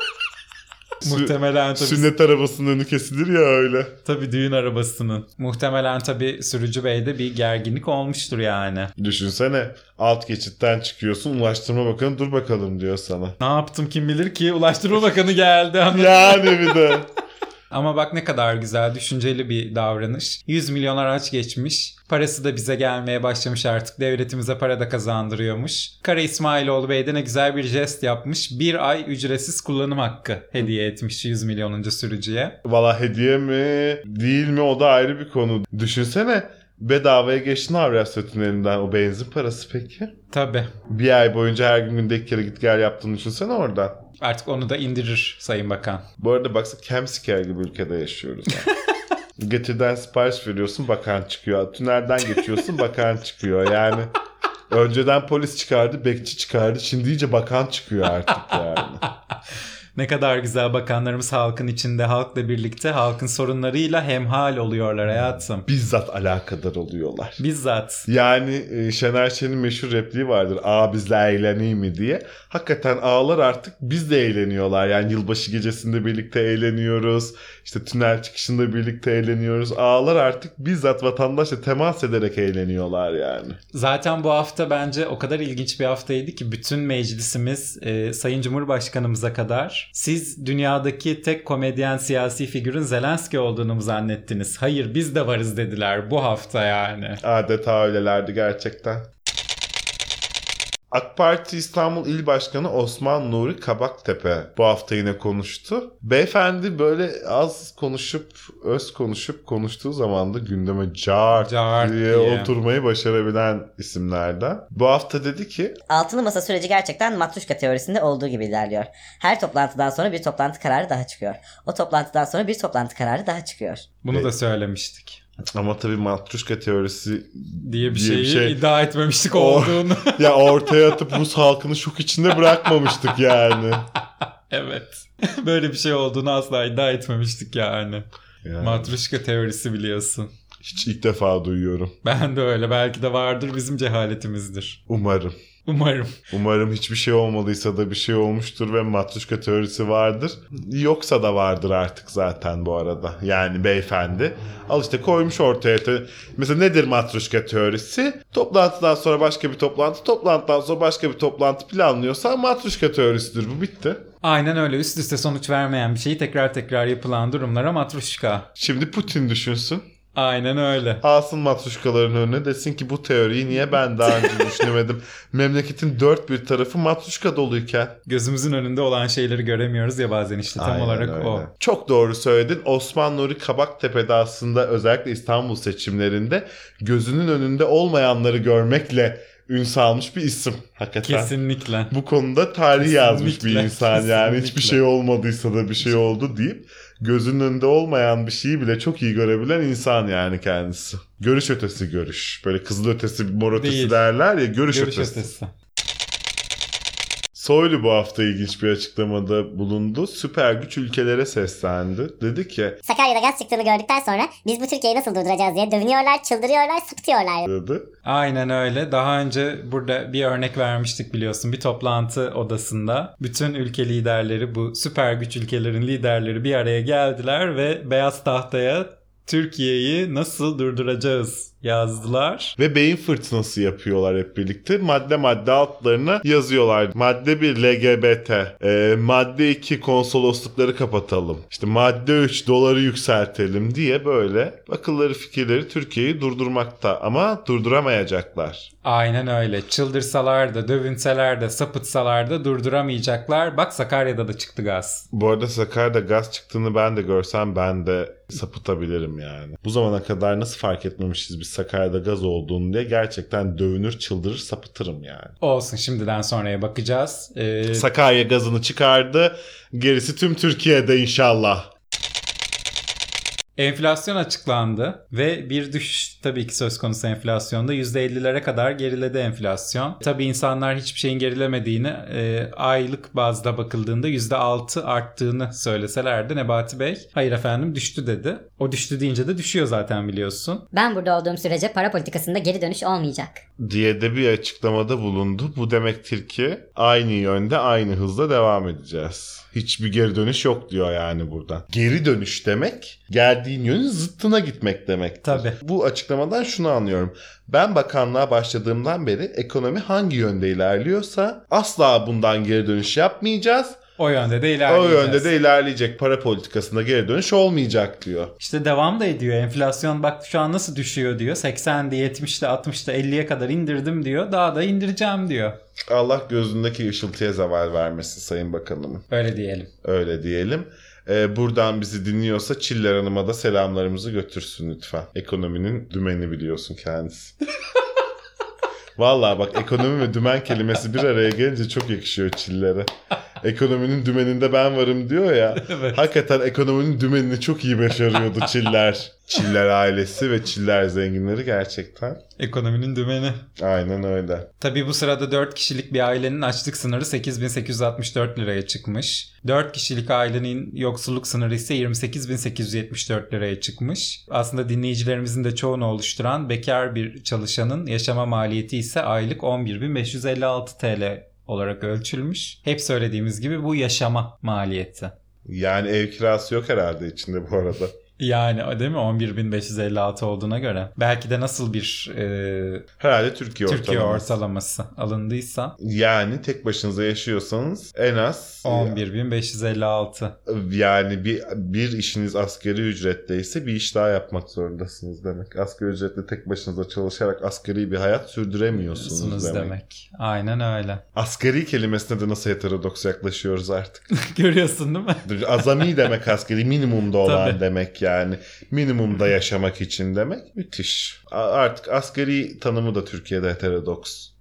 Muhtemelen tabii. Sünnet arabasının önü kesilir ya öyle. Tabii düğün arabasının. Muhtemelen tabii sürücü beyde bir gerginlik olmuştur yani. Düşünsene, alt geçitten çıkıyorsun, Ulaştırma Bakanı dur bakalım diyor sana. Ne yaptım kim bilir ki, Ulaştırma Bakanı geldi. Yani bir de. Ama bak ne kadar güzel, düşünceli bir davranış. yüz milyon araç geçmiş. Parası da bize gelmeye başlamış artık. Devletimize para da kazandırıyormuş. Kara İsmailoğlu Bey de ne güzel bir jest yapmış. Bir ay ücretsiz kullanım hakkı hediye etmiş yüz milyonuncu sürücüye. Valla hediye mi değil mi o da ayrı bir konu. Düşünsene, bedavaya geçtin Avrasya Tüneli'nden, o benzin parası peki? Tabii. Bir ay boyunca her gün günde iki kere git gel yaptığını düşünsene oradan. Artık onu da indirir Sayın Bakan. Bu arada baksana, Kemsiker gibi ülkede yaşıyoruz yani. Getirden sipariş veriyorsun, bakan çıkıyor. Tünelden geçiyorsun, bakan çıkıyor. Yani önceden polis çıkardı, bekçi çıkardı. Şimdi iyice bakan çıkıyor artık yani. Ne kadar güzel, bakanlarımız halkın içinde, halkla birlikte halkın sorunlarıyla hemhal oluyorlar hayatım. Bizzat alakadar oluyorlar. Bizzat. Yani Şener Şen'in meşhur repliği vardır. Aa bizle eğleneyim mi diye. Hakikaten ağlar artık biz de eğleniyorlar. Yani yılbaşı gecesinde birlikte eğleniyoruz. İşte tünel çıkışında birlikte eğleniyoruz. Ağlar artık bizzat vatandaşla temas ederek eğleniyorlar yani. Zaten bu hafta bence o kadar ilginç bir haftaydı ki bütün meclisimiz e, Sayın Cumhurbaşkanımıza kadar siz dünyadaki tek komedyen siyasi figürün Zelenski olduğunu mu zannettiniz? Hayır, biz de varız dediler bu hafta yani. Adeta öylelerdi gerçekten. AK Parti İstanbul İl Başkanı Osman Nuri Kabaktepe bu hafta yine konuştu. Beyefendi böyle az konuşup, öz konuşup konuştuğu zaman da gündeme cart, Cart diye, diye oturmayı başarabilen isimlerden. Bu hafta dedi ki Altılı masa süreci gerçekten matruşka teorisinde olduğu gibi ilerliyor. Her toplantıdan sonra bir toplantı kararı daha çıkıyor. O toplantıdan sonra bir toplantı kararı daha çıkıyor. Bunu Evet. da söylemiştik. ama tabii matruşka teorisi Diye bir Diye bir şeyi şey- iddia etmemiştik O- olduğunu. ya ortaya atıp Rus halkını şok içinde bırakmamıştık yani. Evet. Böyle bir şey olduğunu asla iddia etmemiştik yani. yani Matruşka teorisi biliyorsun. hiç ilk defa duyuyorum. Ben de öyle. Belki de vardır, bizim cehaletimizdir. Umarım. Umarım. Umarım hiçbir şey olmadıysa da bir şey olmuştur ve matruşka teorisi vardır. Yoksa da vardır artık zaten bu arada. Yani beyefendi al işte koymuş ortaya. Te- Mesela nedir matruşka teorisi? Toplantıdan sonra başka bir toplantı, toplantıdan sonra başka bir toplantı planlıyorsa matruşka teorisidir. Bu bitti. Aynen öyle. Üst üste sonuç vermeyen bir şeyi tekrar tekrar yapılan durumlara matruşka. Şimdi Putin düşünsün. Aynen öyle. Alsın matruşkaların önüne desin ki bu teoriyi niye ben daha önce düşünemedim? Memleketin dört bir tarafı matruşka doluyken. Gözümüzün önünde olan şeyleri göremiyoruz ya bazen, işte tam Aynen olarak öyle. o. Çok doğru söyledin. Osman Nuri Kabaktepe'de aslında özellikle İstanbul seçimlerinde gözünün önünde olmayanları görmekle ün salmış bir isim. Hakikaten. Kesinlikle. Bu konuda tarih yazmış bir Kesinlikle, insan yani. kesinlikle. Hiçbir şey olmadıysa da bir şey oldu deyip gözünün önünde olmayan bir şeyi bile çok iyi görebilen insan yani kendisi. Görüş ötesi görüş. Böyle kızıl ötesi mor ötesi Değil. derler ya, görüş, Görüş ötesi. ötesi. Soylu bu hafta ilginç bir açıklamada bulundu. Süper güç ülkelere seslendi. Dedi ki Sakarya'da gaz çıktığını gördükten sonra biz bu Türkiye'yi nasıl durduracağız diye dövünüyorlar, çıldırıyorlar, sapıtıyorlar. dedi. Aynen öyle. Daha önce burada bir örnek vermiştik biliyorsun. Bir toplantı odasında bütün ülke liderleri, bu süper güç ülkelerin liderleri bir araya geldiler ve beyaz tahtaya Türkiye'yi nasıl durduracağız yazdılar. Ve beyin fırtınası yapıyorlar hep birlikte. Madde madde altlarına yazıyorlar. Madde bir L G B T. Ee, madde iki konsoloslukları kapatalım. İşte madde üç doları yükseltelim diye böyle akılları fikirleri Türkiye'yi durdurmakta. Ama durduramayacaklar. Aynen öyle. Çıldırsalar da, dövünseler de, sapıtsalar da durduramayacaklar. Bak Sakarya'da da çıktı gaz. Bu arada Sakarya'da gaz çıktığını ben de görsem ben de sapıtabilirim yani. Bu zamana kadar nasıl fark etmemişiz biz Sakarya'da gaz olduğunu diye, gerçekten dövünür, çıldırır, sapıtırım yani. Olsun, şimdiden sonraya bakacağız. Ee, Sakarya gazını çıkardı. Gerisi tüm Türkiye'de inşallah. Enflasyon açıklandı ve bir düşüş tabii ki söz konusu enflasyonda. yüzde ellilere kadar geriledi enflasyon. Tabii insanlar hiçbir şeyin gerilemediğini, e, aylık bazda bakıldığında yüzde altı arttığını söyleseler de Nebati Bey hayır efendim düştü dedi. O düştü deyince de düşüyor zaten biliyorsun. Ben burada olduğum sürece para politikasında geri dönüş olmayacak. Diye de bir açıklamada bulundu. Bu demektir ki aynı yönde aynı hızla devam edeceğiz. Hiçbir geri dönüş yok diyor yani buradan. Geri dönüş demek geldiğin yönün zıttına gitmek demektir. Tabii. Bu açıklamadan şunu anlıyorum. Ben bakanlığa başladığımdan beri ekonomi hangi yönde ilerliyorsa asla bundan geri dönüş yapmayacağız. O yönde de O ilerleyeceğiz. yönde de ilerleyecek, para politikasında geri dönüş olmayacak diyor. İşte devam da ediyor. Enflasyon bak şu an nasıl düşüyor diyor. seksende, yetmişte, altmışta, elliye kadar indirdim diyor. Daha da indireceğim diyor. Allah gözündeki ışıltıya zeval vermesin Sayın Bakanım. Öyle diyelim. Öyle diyelim. Ee, buradan bizi dinliyorsa Çiller Hanım'a da selamlarımızı götürsün lütfen. Ekonominin dümeni biliyorsun kendisi. Vallahi bak, ekonomi ve dümen kelimesi bir araya gelince çok yakışıyor Çiller'e. Ekonominin dümeninde ben varım diyor ya. Evet. Hakikaten ekonominin dümenini çok iyi başarıyordu Çiller. Çiller ailesi ve Çiller zenginleri gerçekten. Ekonominin dümeni. Aynen öyle. Tabii bu sırada dört kişilik bir ailenin açlık sınırı sekiz bin sekiz yüz altmış dört liraya çıkmış. dört kişilik ailenin yoksulluk sınırı ise yirmi sekiz bin sekiz yüz yetmiş dört liraya çıkmış. Aslında dinleyicilerimizin de çoğunu oluşturan bekar bir çalışanın yaşama maliyeti ise aylık on bir bin beş yüz elli altı TL olarak ölçülmüş. Hep söylediğimiz gibi bu yaşama maliyeti. Yani ev kirası yok herhalde içinde bu arada. Yani değil mi? on bir bin beş yüz elli altı olduğuna göre. Belki de nasıl bir e, Herhalde Türkiye, Türkiye ortalaması. ortalaması alındıysa. Yani tek başınıza yaşıyorsanız en az on bir bin beş yüz elli altı. Yani bir, bir işiniz asgari ücretteyse bir iş daha yapmak zorundasınız demek. Asgari ücretle tek başınıza çalışarak asgari bir hayat sürdüremiyorsunuz demek. demek. Aynen öyle. Asgari kelimesine de nasıl heterodoks yaklaşıyoruz artık. Görüyorsun değil mi? Azami demek asgari, minimumda olan Tabii. demek yani. Minimumda yaşamak için demek. Müthiş. A- Artık asgari tanımı da Türkiye'de heterodoks.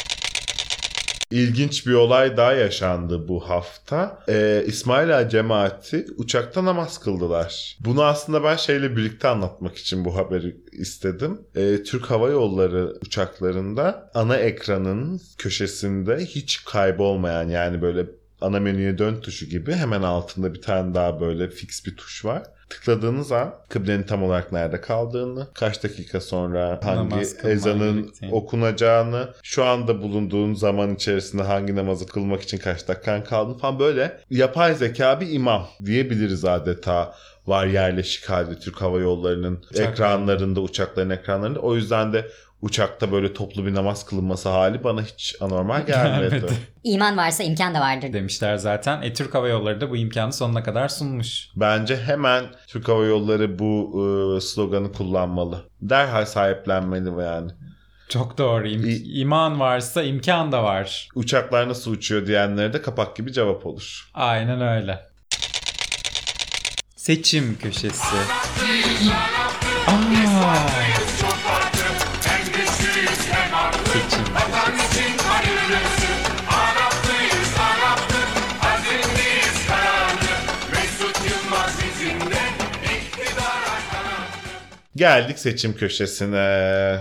İlginç bir olay daha yaşandı bu hafta. Ee, İsmail Ağa cemaati uçakta namaz kıldılar. Bunu aslında ben şeyle birlikte anlatmak için bu haberi istedim. Ee, Türk Hava Yolları uçaklarında ana ekranın köşesinde hiç kaybolmayan, yani böyle ana menüye dön tuşu gibi hemen altında bir tane daha böyle fix bir tuş var. Tıkladığınız an kıblenin tam olarak nerede kaldığını, kaç dakika sonra hangi Namaz kılman ezanın gerektiğini. okunacağını, şu anda bulunduğun zaman içerisinde hangi namazı kılmak için kaç dakikan kaldığını falan, böyle yapay zeka bir imam diyebiliriz adeta var yerleşik halde Türk Hava Yolları'nın Uçak ekranlarında, uçakların ekranlarında. O yüzden de uçakta böyle toplu bir namaz kılınması hali bana hiç anormal gelmedi. Gelmedi. İman varsa imkan da vardır. Demişler zaten. E, Türk Hava Yolları da bu imkanı sonuna kadar sunmuş. Bence hemen Türk Hava Yolları bu e, sloganı kullanmalı. Derhal sahiplenmeli yani. Çok doğru. İm- İ- İman varsa imkan da var. Uçaklar nasıl uçuyor diyenlere de kapak gibi cevap olur. Aynen öyle. Seçim köşesi. Aa! Seçim köşesi. Geldik seçim köşesine.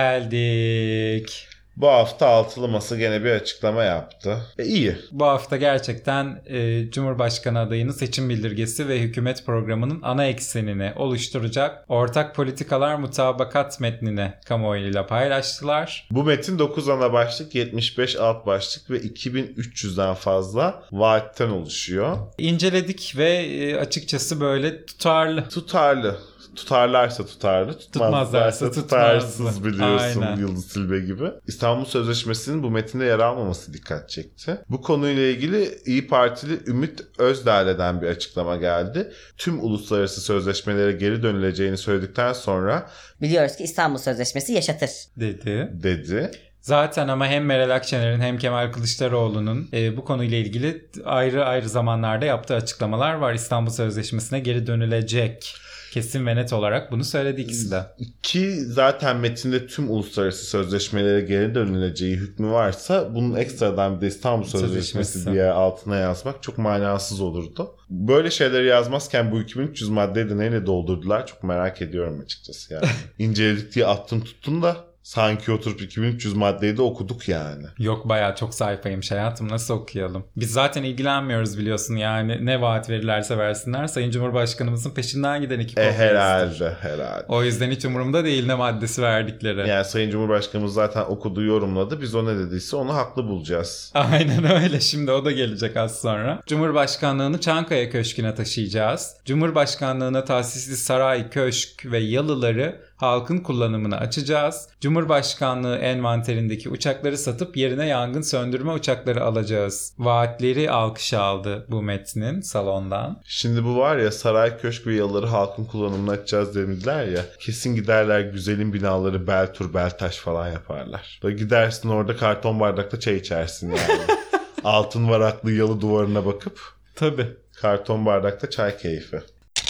Geldik. Bu hafta Altılı Masa gene bir açıklama yaptı. E iyi. Bu hafta gerçekten e, Cumhurbaşkanı adayının seçim bildirgesi ve hükümet programının ana eksenini oluşturacak ortak politikalar mutabakat metnini kamuoyuyla paylaştılar. Bu metin dokuz ana başlık, yetmiş beş alt başlık ve iki bin üç yüzden fazla vaatten oluşuyor. İnceledik ve e, açıkçası böyle tutarlı. Tutarlı. Tutarlarsa tutarlı, tutmazlarsa Tutmazlarsa tutarsız tutmazdı. biliyorsun, Aynen. Yıldız Tilbe gibi. İstanbul Sözleşmesi'nin bu metinde yer almaması dikkat çekti. Bu konuyla ilgili İyi Partili Ümit Özdağ'dan bir açıklama geldi. Tüm uluslararası sözleşmelere geri dönüleceğini söyledikten sonra Biliyoruz ki İstanbul Sözleşmesi yaşatır. Dedi. dedi. Zaten ama hem Meral Akşener'in hem Kemal Kılıçdaroğlu'nun e, bu konuyla ilgili ayrı ayrı zamanlarda yaptığı açıklamalar var. İstanbul Sözleşmesi'ne geri dönülecek. Kesin ve net olarak bunu söyledi ikisi de. Ki zaten metinde tüm uluslararası sözleşmelere geri dönüleceği hükmü varsa bunun ekstradan bir de İstanbul Sözleşmesi Sözleşmesi. diye altına yazmak çok manasız olurdu. Böyle şeyleri yazmazken bu iki bin üç yüz maddeyi de neyle doldurdular çok merak ediyorum açıkçası yani. İnceledik diye attın tuttun da sanki oturup iki bin üç yüz maddeyi de okuduk yani. Yok bayağı çok sayfaymış hayatım, nasıl okuyalım? Biz zaten ilgilenmiyoruz biliyorsun yani, ne vaat verirlerse versinler Sayın Cumhurbaşkanımızın peşinden giden iki E komünist. herhalde herhalde. O yüzden hiç umurumda değil ne maddesi verdikleri. Yani Sayın Cumhurbaşkanımız zaten okudu, yorumladı. Biz o ne dediyse onu haklı bulacağız. Aynen öyle, şimdi o da gelecek az sonra. Cumhurbaşkanlığını Çankaya Köşkü'ne taşıyacağız. Cumhurbaşkanlığına tahsisli saray, köşk ve yalıları halkın kullanımına açacağız. Cumhurbaşkanlığı envanterindeki uçakları satıp yerine yangın söndürme uçakları alacağız. Vaatleri alkışa aldı bu metnin salondan. Şimdi bu var ya, saray, köşk ve yalıları halkın kullanımına açacağız dediler ya. Kesin giderler güzelim binaları Beltur, Beltaş falan yaparlar. Böyle gidersin orada karton bardakta çay içersin yani. Altın varaklı yalı duvarına bakıp Tabii. karton bardakta çay keyfi.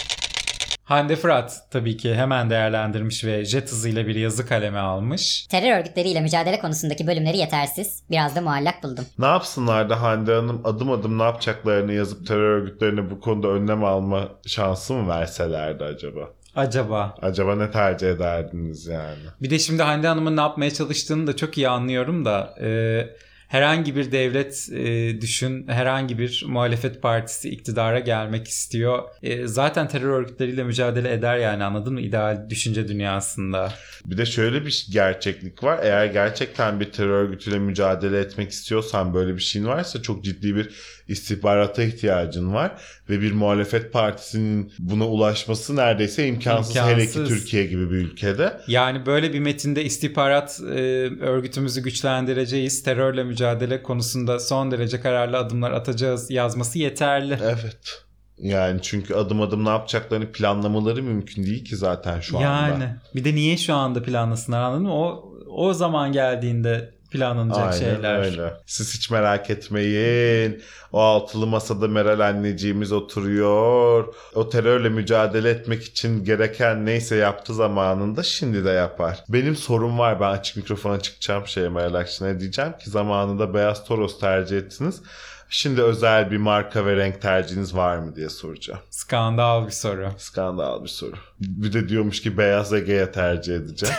Hande Fırat tabii ki hemen değerlendirmiş ve jet hızıyla bir yazı kaleme almış. Terör örgütleriyle mücadele konusundaki bölümleri yetersiz. Biraz da muallak buldum. Ne yapsınlar da Hande Hanım adım adım ne yapacaklarını yazıp terör örgütlerine bu konuda önlem alma şansı mı verselerdi acaba? Acaba? Acaba ne tercih ederdiniz yani? Bir de şimdi Hande Hanım'ın ne yapmaya çalıştığını da çok iyi anlıyorum da... E, herhangi bir devlet e, düşün, herhangi bir muhalefet partisi iktidara gelmek istiyor. E, zaten terör örgütleriyle mücadele eder yani, anladın mı? İdeal düşünce dünyasında. Bir de şöyle bir gerçeklik var. Eğer gerçekten bir terör örgütüyle mücadele etmek istiyorsan, böyle bir şeyin varsa çok ciddi bir istihbarata ihtiyacın var. Ve bir muhalefet partisinin buna ulaşması neredeyse imkansız. İmkansız. Hele ki Türkiye gibi bir ülkede. Yani böyle bir metinde istihbarat e, örgütümüzü güçlendireceğiz, terörle mücadele konusunda son derece kararlı adımlar atacağız yazması yeterli. Evet. Yani çünkü adım adım ne yapacaklarını planlamaları mümkün değil ki zaten şu yani, anda. Yani bir de niye şu anda planlasınlar, anladın mı? O, o zaman geldiğinde planlanacak Aynen şeyler. Öyle. Siz hiç merak etmeyin. O altılı masada Meral anneciğimiz oturuyor. O terörle mücadele etmek için gereken neyse yaptı zamanında, şimdi de yapar. Benim sorum var. Ben açık mikrofona çıkacağım şeye, Meral Akşener'e diyeceğim ki zamanında Beyaz Toros tercih ettiniz. Şimdi özel bir marka ve renk tercihiniz var mı diye soracağım. Skandal bir soru. Skandal bir soru. Bir de diyormuş ki Beyaz Ege'ye tercih edeceğim.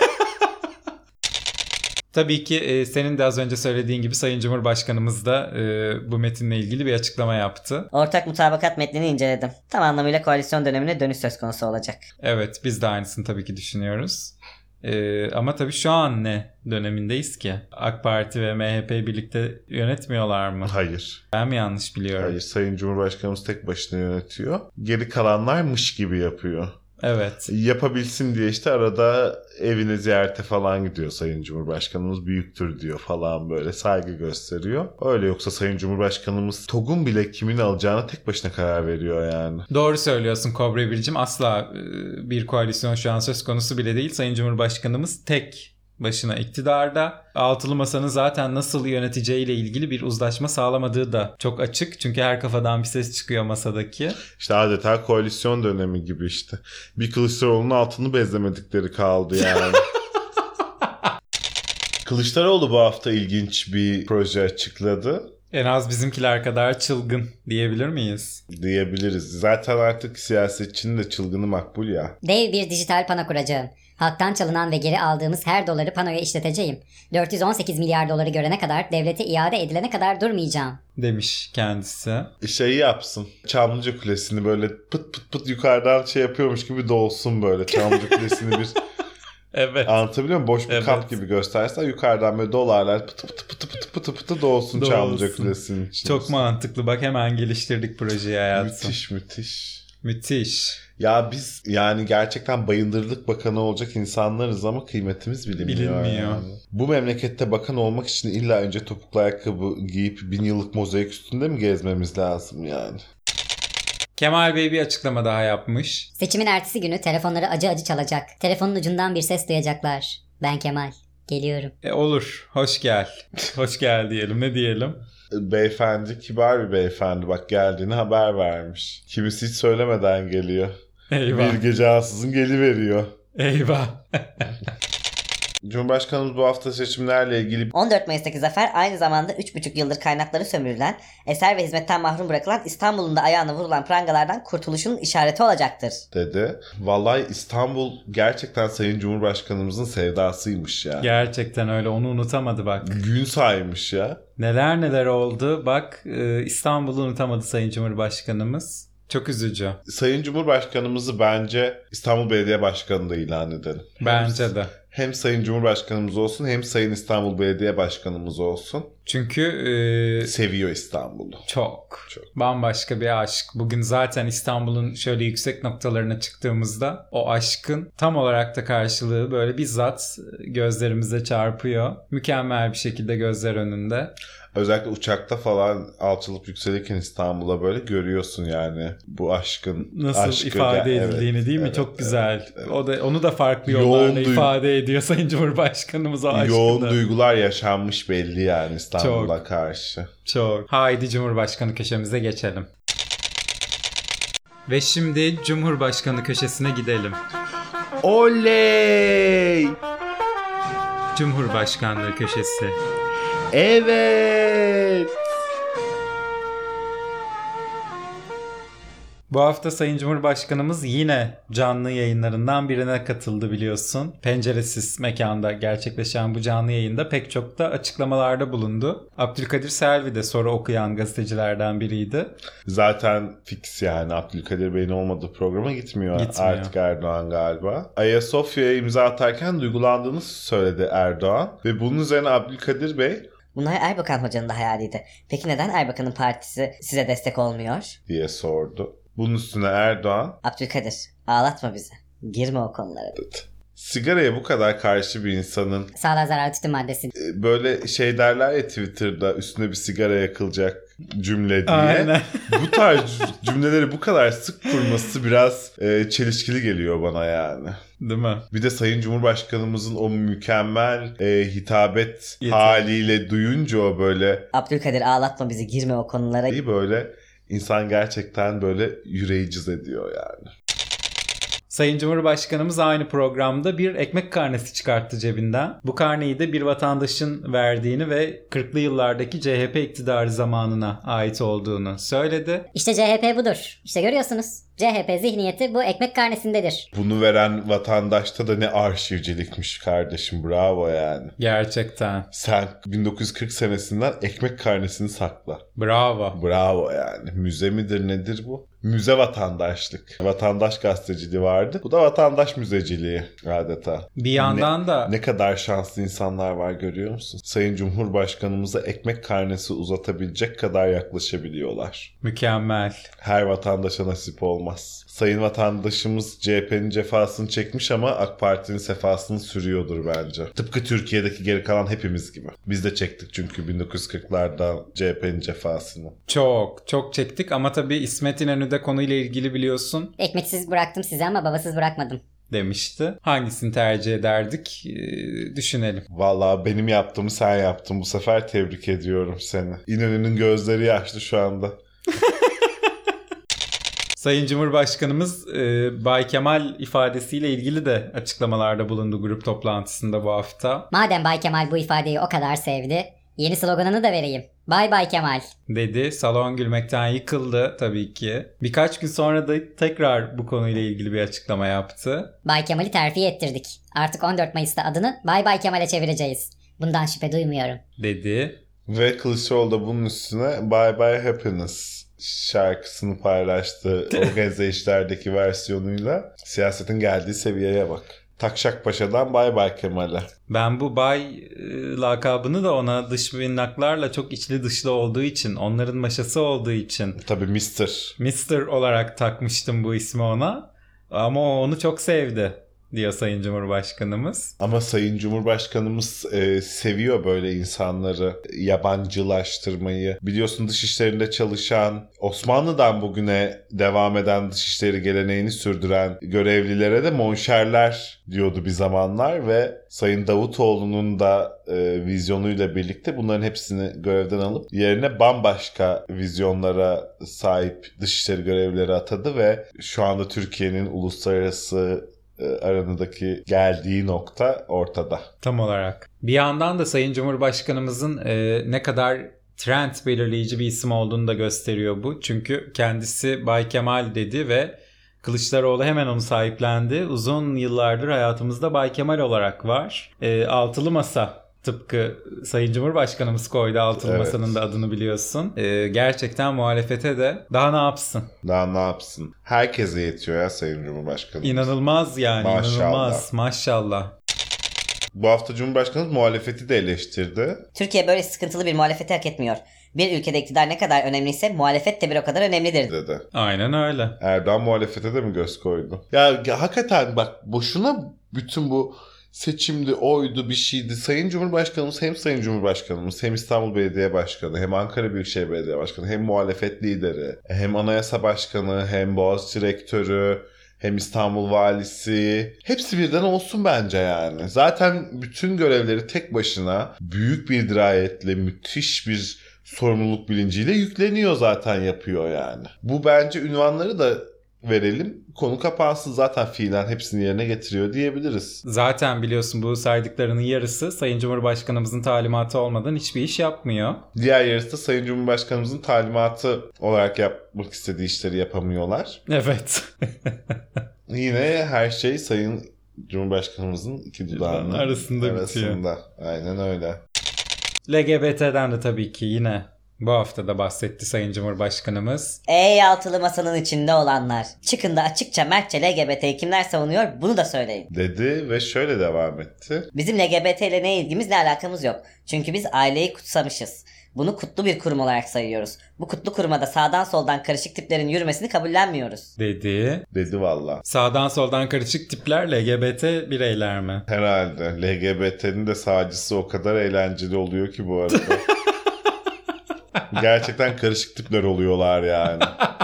Tabii ki e, senin de az önce söylediğin gibi Sayın Cumhurbaşkanımız da e, bu metinle ilgili bir açıklama yaptı. Ortak mutabakat metnini inceledim. Tam anlamıyla koalisyon dönemine dönüş söz konusu olacak. Evet, biz de aynısını tabii ki düşünüyoruz. E, ama tabii şu an ne dönemindeyiz ki? AK Parti ve M H P birlikte yönetmiyorlar mı? Hayır. Ben mi yanlış biliyorum? Hayır. Sayın Cumhurbaşkanımız tek başına yönetiyor. Geri kalanlar mış gibi yapıyor. Evet. Yapabilsin diye işte arada evine ziyarete falan gidiyor Sayın Cumhurbaşkanımız, büyüktür diyor falan, böyle saygı gösteriyor. Öyle, yoksa Sayın Cumhurbaşkanımız TOG'un bile kimin alacağına tek başına karar veriyor yani. Doğru söylüyorsun Kobra Biricim. Asla bir koalisyon şu an söz konusu bile değil. Sayın Cumhurbaşkanımız tek başına iktidarda. Altılı Masa'nın zaten nasıl yöneteceğiyle ilgili bir uzlaşma sağlamadığı da çok açık. Çünkü her kafadan bir ses çıkıyor masadaki. İşte adeta koalisyon dönemi gibi işte. Bir Kılıçdaroğlu'nun altını bezlemedikleri kaldı yani. Kılıçdaroğlu bu hafta ilginç bir proje açıkladı. En az bizimkiler kadar çılgın diyebilir miyiz? Diyebiliriz. Zaten artık siyasetçinin de çılgını makbul ya. Dev bir dijital pano kuracağım. Halktan çalınan ve geri aldığımız her doları panoya işleteceğim. dört yüz on sekiz milyar doları görene kadar, devlete iade edilene kadar durmayacağım. Demiş kendisi. Şeyi yapsın. Çamlıca Kulesi'ni böyle pıt pıt pıt yukarıdan şey yapıyormuş gibi dolsun böyle. Çamlıca Kulesi'ni bir Evet. anlatabiliyor muyum? Boş bir Evet. kap gibi göstersen yukarıdan böyle dolarlar pıtı pıtı pıtı pıtı pıtı pıtı dolsun, Dolsun. Çamlıca Kulesi'nin içinde. Çok mantıklı. Bak hemen geliştirdik projeyi hayatım. Müthiş müthiş. Müthiş. Ya biz yani gerçekten Bayındırlık Bakanı olacak insanlarız ama kıymetimiz bilinmiyor. Bilinmiyor. Yani. Bu memlekette bakan olmak için illa önce topuklu ayakkabı giyip bin yıllık mozaik üstünde mi gezmemiz lazım yani? Kemal Bey bir açıklama daha yapmış. Seçimin ertesi günü telefonları acı acı çalacak. Telefonun ucundan bir ses duyacaklar. Ben Kemal. Geliyorum. E, olur. Hoş gel. Hoş gel diyelim. Ne diyelim? Beyefendi kibar bir beyefendi, bak geldiğini haber vermiş. Kimisi hiç söylemeden geliyor. Eyvah. Bir gece ansızın geliveriyor. Eyvah. Cumhurbaşkanımız bu hafta seçimlerle ilgili on dört Mayıs'taki zafer aynı zamanda üç buçuk yıldır kaynakları sömürülen, eser ve hizmetten mahrum bırakılan, İstanbul'un da ayağına vurulan prangalardan kurtuluşun işareti olacaktır. dedi. Vallahi İstanbul gerçekten Sayın Cumhurbaşkanımızın sevdasıymış ya. Gerçekten öyle. Onu unutamadı bak. Gün saymış ya. Neler neler oldu. Bak e, İstanbul'u unutamadı Sayın Cumhurbaşkanımız. Çok üzücü. Sayın Cumhurbaşkanımızı bence İstanbul Belediye Başkanı da ilan edelim. Bence hem, de. Hem Sayın Cumhurbaşkanımız olsun, hem Sayın İstanbul Belediye Başkanımız olsun. Çünkü e, Seviyor İstanbul'u. çok, Çok. bambaşka bir aşk. Bugün zaten İstanbul'un şöyle yüksek noktalarına çıktığımızda o aşkın tam olarak da karşılığı böyle bizzat gözlerimize çarpıyor. Mükemmel bir şekilde gözler önünde. Özellikle uçakta falan alçalıp yükselirken İstanbul'a böyle görüyorsun yani bu aşkın Nasıl aşkı, ifade evet, edildiğini değil mi? evet, Çok güzel. evet, evet. O da onu da farklı Yoğun yollarla duygu- ifade ediyor Sayın Cumhurbaşkanımız o aşkını. Yoğun duygular yaşanmış belli yani İstanbul'a Çok. karşı. Çok. Haydi Cumhurbaşkanı köşemize geçelim. Ve şimdi Cumhurbaşkanı köşesine gidelim. Oley! Cumhurbaşkanlığı köşesi. Evet! Bu hafta Sayın Cumhurbaşkanımız yine canlı yayınlarından birine katıldı biliyorsun. Penceresiz mekanda gerçekleşen bu canlı yayında pek çok da açıklamalarda bulundu. Abdülkadir Selvi de soru okuyan gazetecilerden biriydi. Zaten fix yani Abdülkadir Bey'in olmadığı programa gitmiyor, Gitmiyor. artık Erdoğan galiba. Ayasofya'ya imza atarken duygulandığını söyledi Erdoğan. Ve bunun üzerine Abdülkadir Bey Bunlar Erbakan Hoca'nın da hayaliydi. Peki neden Erbakan'ın partisi size destek olmuyor? diye sordu. Bunun üstüne Erdoğan Abdülkadir, ağlatma bizi. Girme o konulara. sigaraya bu kadar karşı bir insanın Sağlığa zararlı tütün maddesi. e, böyle şey derler ya Twitter'da üstüne bir sigara yakılacak cümle diye. Aynen. Bu tarz cümleleri bu kadar sık kurması biraz e, çelişkili geliyor bana yani. Değil mi? Bir de Sayın Cumhurbaşkanımızın o mükemmel e, hitabet Yeter. haliyle duyunca o böyle Abdülkadir ağlatma bizi, girme o konulara. iyi böyle insan gerçekten böyle yüreği cız ediyor yani. Sayın Cumhurbaşkanımız aynı programda bir ekmek karnesi çıkarttı cebinden. Bu karneyi de bir vatandaşın verdiğini ve kırklı yıllardaki C H P iktidarı zamanına ait olduğunu söyledi. İşte C H P budur. İşte görüyorsunuz. C H P zihniyeti bu ekmek karnesindedir. Bunu veren vatandaşta da ne arşivcilikmiş kardeşim, bravo yani. Gerçekten. Sen bin dokuz yüz kırk senesinden ekmek karnesini sakla. Bravo. Bravo yani. Müze midir nedir bu? Müze vatandaşlık. Vatandaş gazeteciliği vardı. Bu da vatandaş müzeciliği adeta. Bir yandan ne, da ne kadar şanslı insanlar var görüyor musun? Sayın Cumhurbaşkanımıza ekmek karnesi uzatabilecek kadar yaklaşabiliyorlar. mükemmel. Her vatandaşa nasip olmaz. Sayın vatandaşımız C H P'nin cefasını çekmiş ama AK Parti'nin sefasını sürüyordur bence. Tıpkı Türkiye'deki geri kalan hepimiz gibi. Biz de çektik çünkü bin dokuz yüz kırklarda C H P'nin cefasını. Çok çok çektik ama tabii İsmet İnönü de konuyla ilgili biliyorsun Ekmeksiz bıraktım sizi ama babasız bırakmadım. demişti. Hangisini tercih ederdik ee, düşünelim. Vallahi benim yaptığımı sen yaptın. Bu sefer tebrik ediyorum seni. İnönü'nün gözleri yaşlı şu anda. Sayın Cumhurbaşkanımız e, Bay Kemal ifadesiyle ilgili de açıklamalarda bulundu grup toplantısında bu hafta. Madem Bay Kemal bu ifadeyi o kadar sevdi, yeni sloganını da vereyim. Bay Bay Kemal. Dedi. Salon gülmekten yıkıldı tabii ki. Birkaç gün sonra da tekrar bu konuyla ilgili bir açıklama yaptı. Bay Kemal'i terfi ettirdik. Artık on dört Mayıs'ta adını Bay Bay Kemal'e çevireceğiz. Bundan şüphe duymuyorum. Dedi. Ve Kılıçdaroğlu da bunun üstüne Bye Bye Happiness şarkısını paylaştı organize işlerdeki versiyonuyla. Siyasetin geldiği seviyeye bak. Takşak Paşa'dan Bay Bay Kemal'e. Ben bu bay e, lakabını da ona dış minnaklarla çok içli dışlı olduğu için, onların maşası olduğu için Tabii mister mister olarak takmıştım bu ismi ona. Ama o onu çok sevdi diyor Sayın Cumhurbaşkanımız. Ama Sayın Cumhurbaşkanımız e, seviyor böyle insanları yabancılaştırmayı. Biliyorsun dışişlerinde çalışan, Osmanlı'dan bugüne devam eden dışişleri geleneğini sürdüren görevlilere de monşerler diyordu bir zamanlar ve Sayın Davutoğlu'nun da e, vizyonuyla birlikte bunların hepsini görevden alıp yerine bambaşka vizyonlara sahip dışişleri görevlileri atadı ve şu anda Türkiye'nin uluslararası aranıdaki geldiği nokta ortada. Tam olarak. Bir yandan da Sayın Cumhurbaşkanımızın e, ne kadar trend belirleyici bir isim olduğunu da gösteriyor bu. Çünkü kendisi Bay Kemal dedi ve Kılıçdaroğlu hemen onu sahiplendi. Uzun yıllardır hayatımızda Bay Kemal olarak var. E, altılı Masa. Tıpkı Sayın Cumhurbaşkanımız koydu altılı Evet. masanın da adını biliyorsun. Ee, gerçekten muhalefete de daha ne yapsın? Daha ne yapsın? Herkese yetiyor ya Sayın Cumhurbaşkanı. İnanılmaz yani Maşallah. inanılmaz maşallah. Bu hafta Cumhurbaşkanı muhalefeti de eleştirdi. Türkiye böyle sıkıntılı bir muhalefeti hak etmiyor. Bir ülkede iktidar ne kadar önemliyse muhalefet de bir o kadar önemlidir. Dedi. Aynen öyle. Erdoğan muhalefete de mi göz koydu? Ya, ya hakikaten bak boşuna bütün bu seçimdi, oydu, bir şeydi. Sayın Cumhurbaşkanımız hem Sayın Cumhurbaşkanımız hem İstanbul Belediye Başkanı hem Ankara Büyükşehir Belediye Başkanı hem muhalefet lideri hem Anayasa Başkanı hem Boğaziçi Rektörü hem İstanbul Valisi hepsi birden olsun bence yani. Zaten bütün görevleri tek başına büyük bir dirayetle müthiş bir sorumluluk bilinciyle yükleniyor zaten yapıyor yani. Bu bence ünvanları da verelim. Konu kapansın, zaten fiilen hepsini yerine getiriyor diyebiliriz. Zaten biliyorsun bu saydıklarının yarısı Sayın Cumhurbaşkanımızın talimatı olmadan hiçbir iş yapmıyor. Diğer yarısı da Sayın Cumhurbaşkanımızın talimatı olarak yapmak istediği işleri yapamıyorlar. Evet. Yine her şey Sayın Cumhurbaşkanımızın iki dudağının arasında, arasında bitiyor. Aynen öyle. L G B T'den de tabii ki yine bu hafta da bahsetti Sayın Cumhurbaşkanımız. Ey altılı masanın içinde olanlar. Çıkın da açıkça mertçe L G B T'yi kimler savunuyor bunu da söyleyin. Dedi ve şöyle devam etti. Bizim L G B T ile ne ilgimiz ne alakamız yok. Çünkü biz aileyi kutsamışız. Bunu kutlu bir kurum olarak sayıyoruz. Bu kutlu kuruma da sağdan soldan karışık tiplerin yürümesini kabullenmiyoruz. Dedi. Dedi valla. Sağdan soldan karışık tipler L G B T bireyler mi? Herhalde. L G B T'nin de sağcısı o kadar eğlenceli oluyor ki bu arada. Gerçekten karışık tipler oluyorlar yani.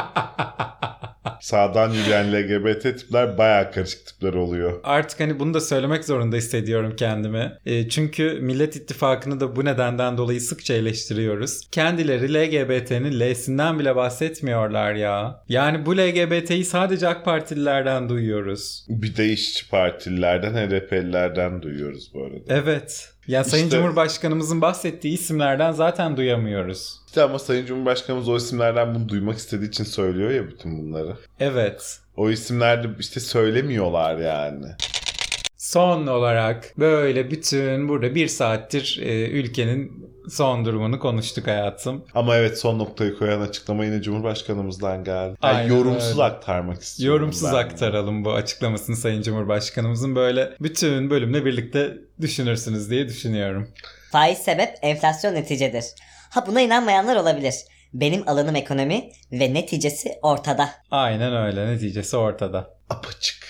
Sağdan yürüyen L G B T tipler bayağı karışık tipler oluyor. Artık hani bunu da söylemek zorunda hissediyorum kendimi. E, çünkü Millet İttifakı'nı da bu nedenden dolayı sıkça eleştiriyoruz. Kendileri L G B T'nin L'sinden bile bahsetmiyorlar ya. Yani bu L G B T'yi sadece AK Partililerden duyuyoruz. Bir de işçi partililerden, H D P'lilerden duyuyoruz bu arada. Evet. Ya Sayın İşte- Cumhurbaşkanımızın bahsettiği isimlerden zaten duyamıyoruz. İşte ama Sayın Cumhurbaşkanımız o isimlerden bunu duymak istediği için söylüyor ya bütün bunları. Evet. O isimlerde işte söylemiyorlar yani. Son olarak böyle bütün burada bir saattir e, ülkenin son durumunu konuştuk hayatım. Ama evet, son noktayı koyan açıklama yine Cumhurbaşkanımızdan geldi. Yani Aynen yorumsuz öyle. aktarmak istiyorum. Yorumsuz ben. aktaralım bu açıklamasını Sayın Cumhurbaşkanımızın, böyle bütün bölümle birlikte düşünürsünüz diye düşünüyorum. Faiz sebep, enflasyon neticedir. Ha buna inanmayanlar olabilir. Benim alanım ekonomi ve neticesi ortada. Aynen öyle, neticesi ortada. Apaçık.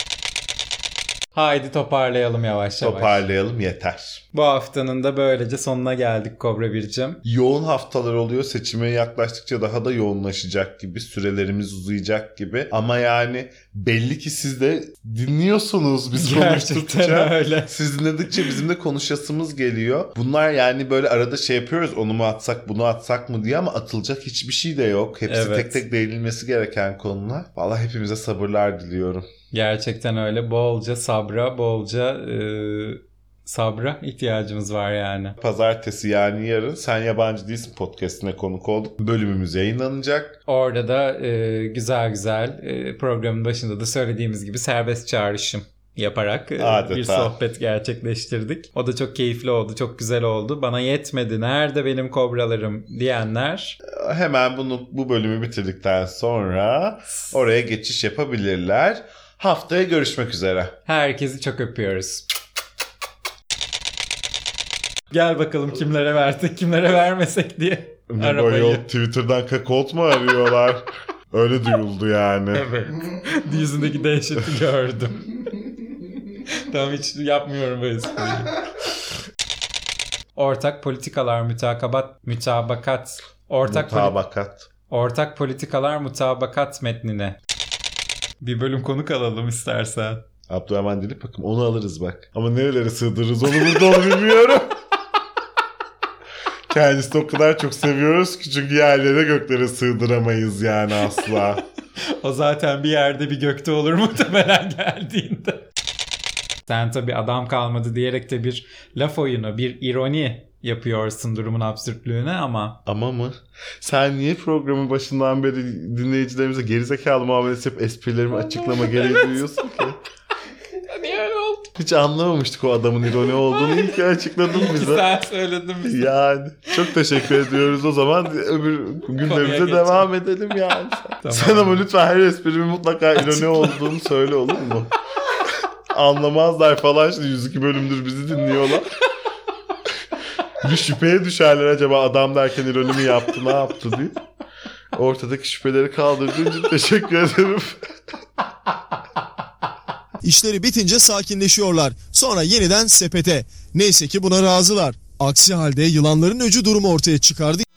Haydi toparlayalım yavaş yavaş. Toparlayalım yeter. Bu haftanın da böylece sonuna geldik Kobra Bircim. Yoğun haftalar oluyor. Seçime yaklaştıkça daha da yoğunlaşacak gibi. Sürelerimiz uzayacak gibi. Ama yani belli ki siz de dinliyorsunuz biz konuştukça. Gerçekten öyle. Siz dinledikçe bizim de konuşasımız geliyor. Bunlar yani böyle arada şey yapıyoruz. Onu mu atsak bunu atsak mı diye, ama atılacak hiçbir şey de yok. Hepsi Evet. tek tek değinilmesi gereken konular. Vallahi hepimize sabırlar diliyorum. Gerçekten öyle. Bolca sabra, bolca e, sabra ihtiyacımız var yani. Pazartesi yani yarın Sen Yabancı Değilsin podcastine konuk olduk. Bölümümüz yayınlanacak. Orada da e, güzel güzel e, programın başında da söylediğimiz gibi serbest çağrışım yaparak e, Adeta. bir sohbet gerçekleştirdik. O da çok keyifli oldu, çok güzel oldu. Bana yetmedi, nerede benim kobralarım diyenler Hemen bunu bu bölümü bitirdikten sonra oraya geçiş yapabilirler. Haftaya görüşmek üzere. herkesi çok öpüyoruz. Gel bakalım kimlere verdik, kimlere vermesek diye Ne arabayı. bayıl, Twitter'dan kakolt mu arıyorlar? Öyle duyuldu yani. Evet. Yüzündeki dehşeti gördüm. Tamam, hiç yapmıyorum böyle espriyi. Ortak politikalar mütakabat mütabakat ortak poli- Mutabakat. ortak politikalar mutabakat metnine bir bölüm konuk alalım istersen. Abdurrahman Dilip, bakın onu alırız bak. Ama nerelere sığdırırız onu burada onu bilmiyorum. Kendisini o kadar çok seviyoruz ki, çünkü yerlere göklere sığdıramayız yani asla. O zaten bir yerde bir gökte olur muhtemelen geldiğinde. Sen tabii adam kalmadı diyerek de bir laf oyunu, bir ironi yapıyorsun durumun absürtlüğüne ama... Ama mı? Sen niye programın başından beri dinleyicilerimize gerizekalı muamelesi yapıp esprilerimi açıklama gereği duyuyorsun ki? Niye öyle oldu? Hiç anlamamıştık o adamın ironi olduğunu. İyi ki açıkladın bize. Sen söyledin bize. Yani çok teşekkür ediyoruz. O zaman öbür gündemimize geçelim. devam edelim yani. Tamam. Sen ama lütfen her esprimin mutlaka ironi Açıkla. olduğunu söyle, olur mu? Anlamazlar falan, şimdi yüz iki bölümdür bizi dinliyorlar. Bir şüpheye düşerler, acaba adam derken ironi mi yaptı, ne yaptı diye. Ortadaki şüpheleri kaldırdığın için teşekkür ederim. İşleri bitince sakinleşiyorlar. Sonra yeniden sepete. Neyse ki buna razılar. Aksi halde yılanların öcü durumu ortaya çıkardı.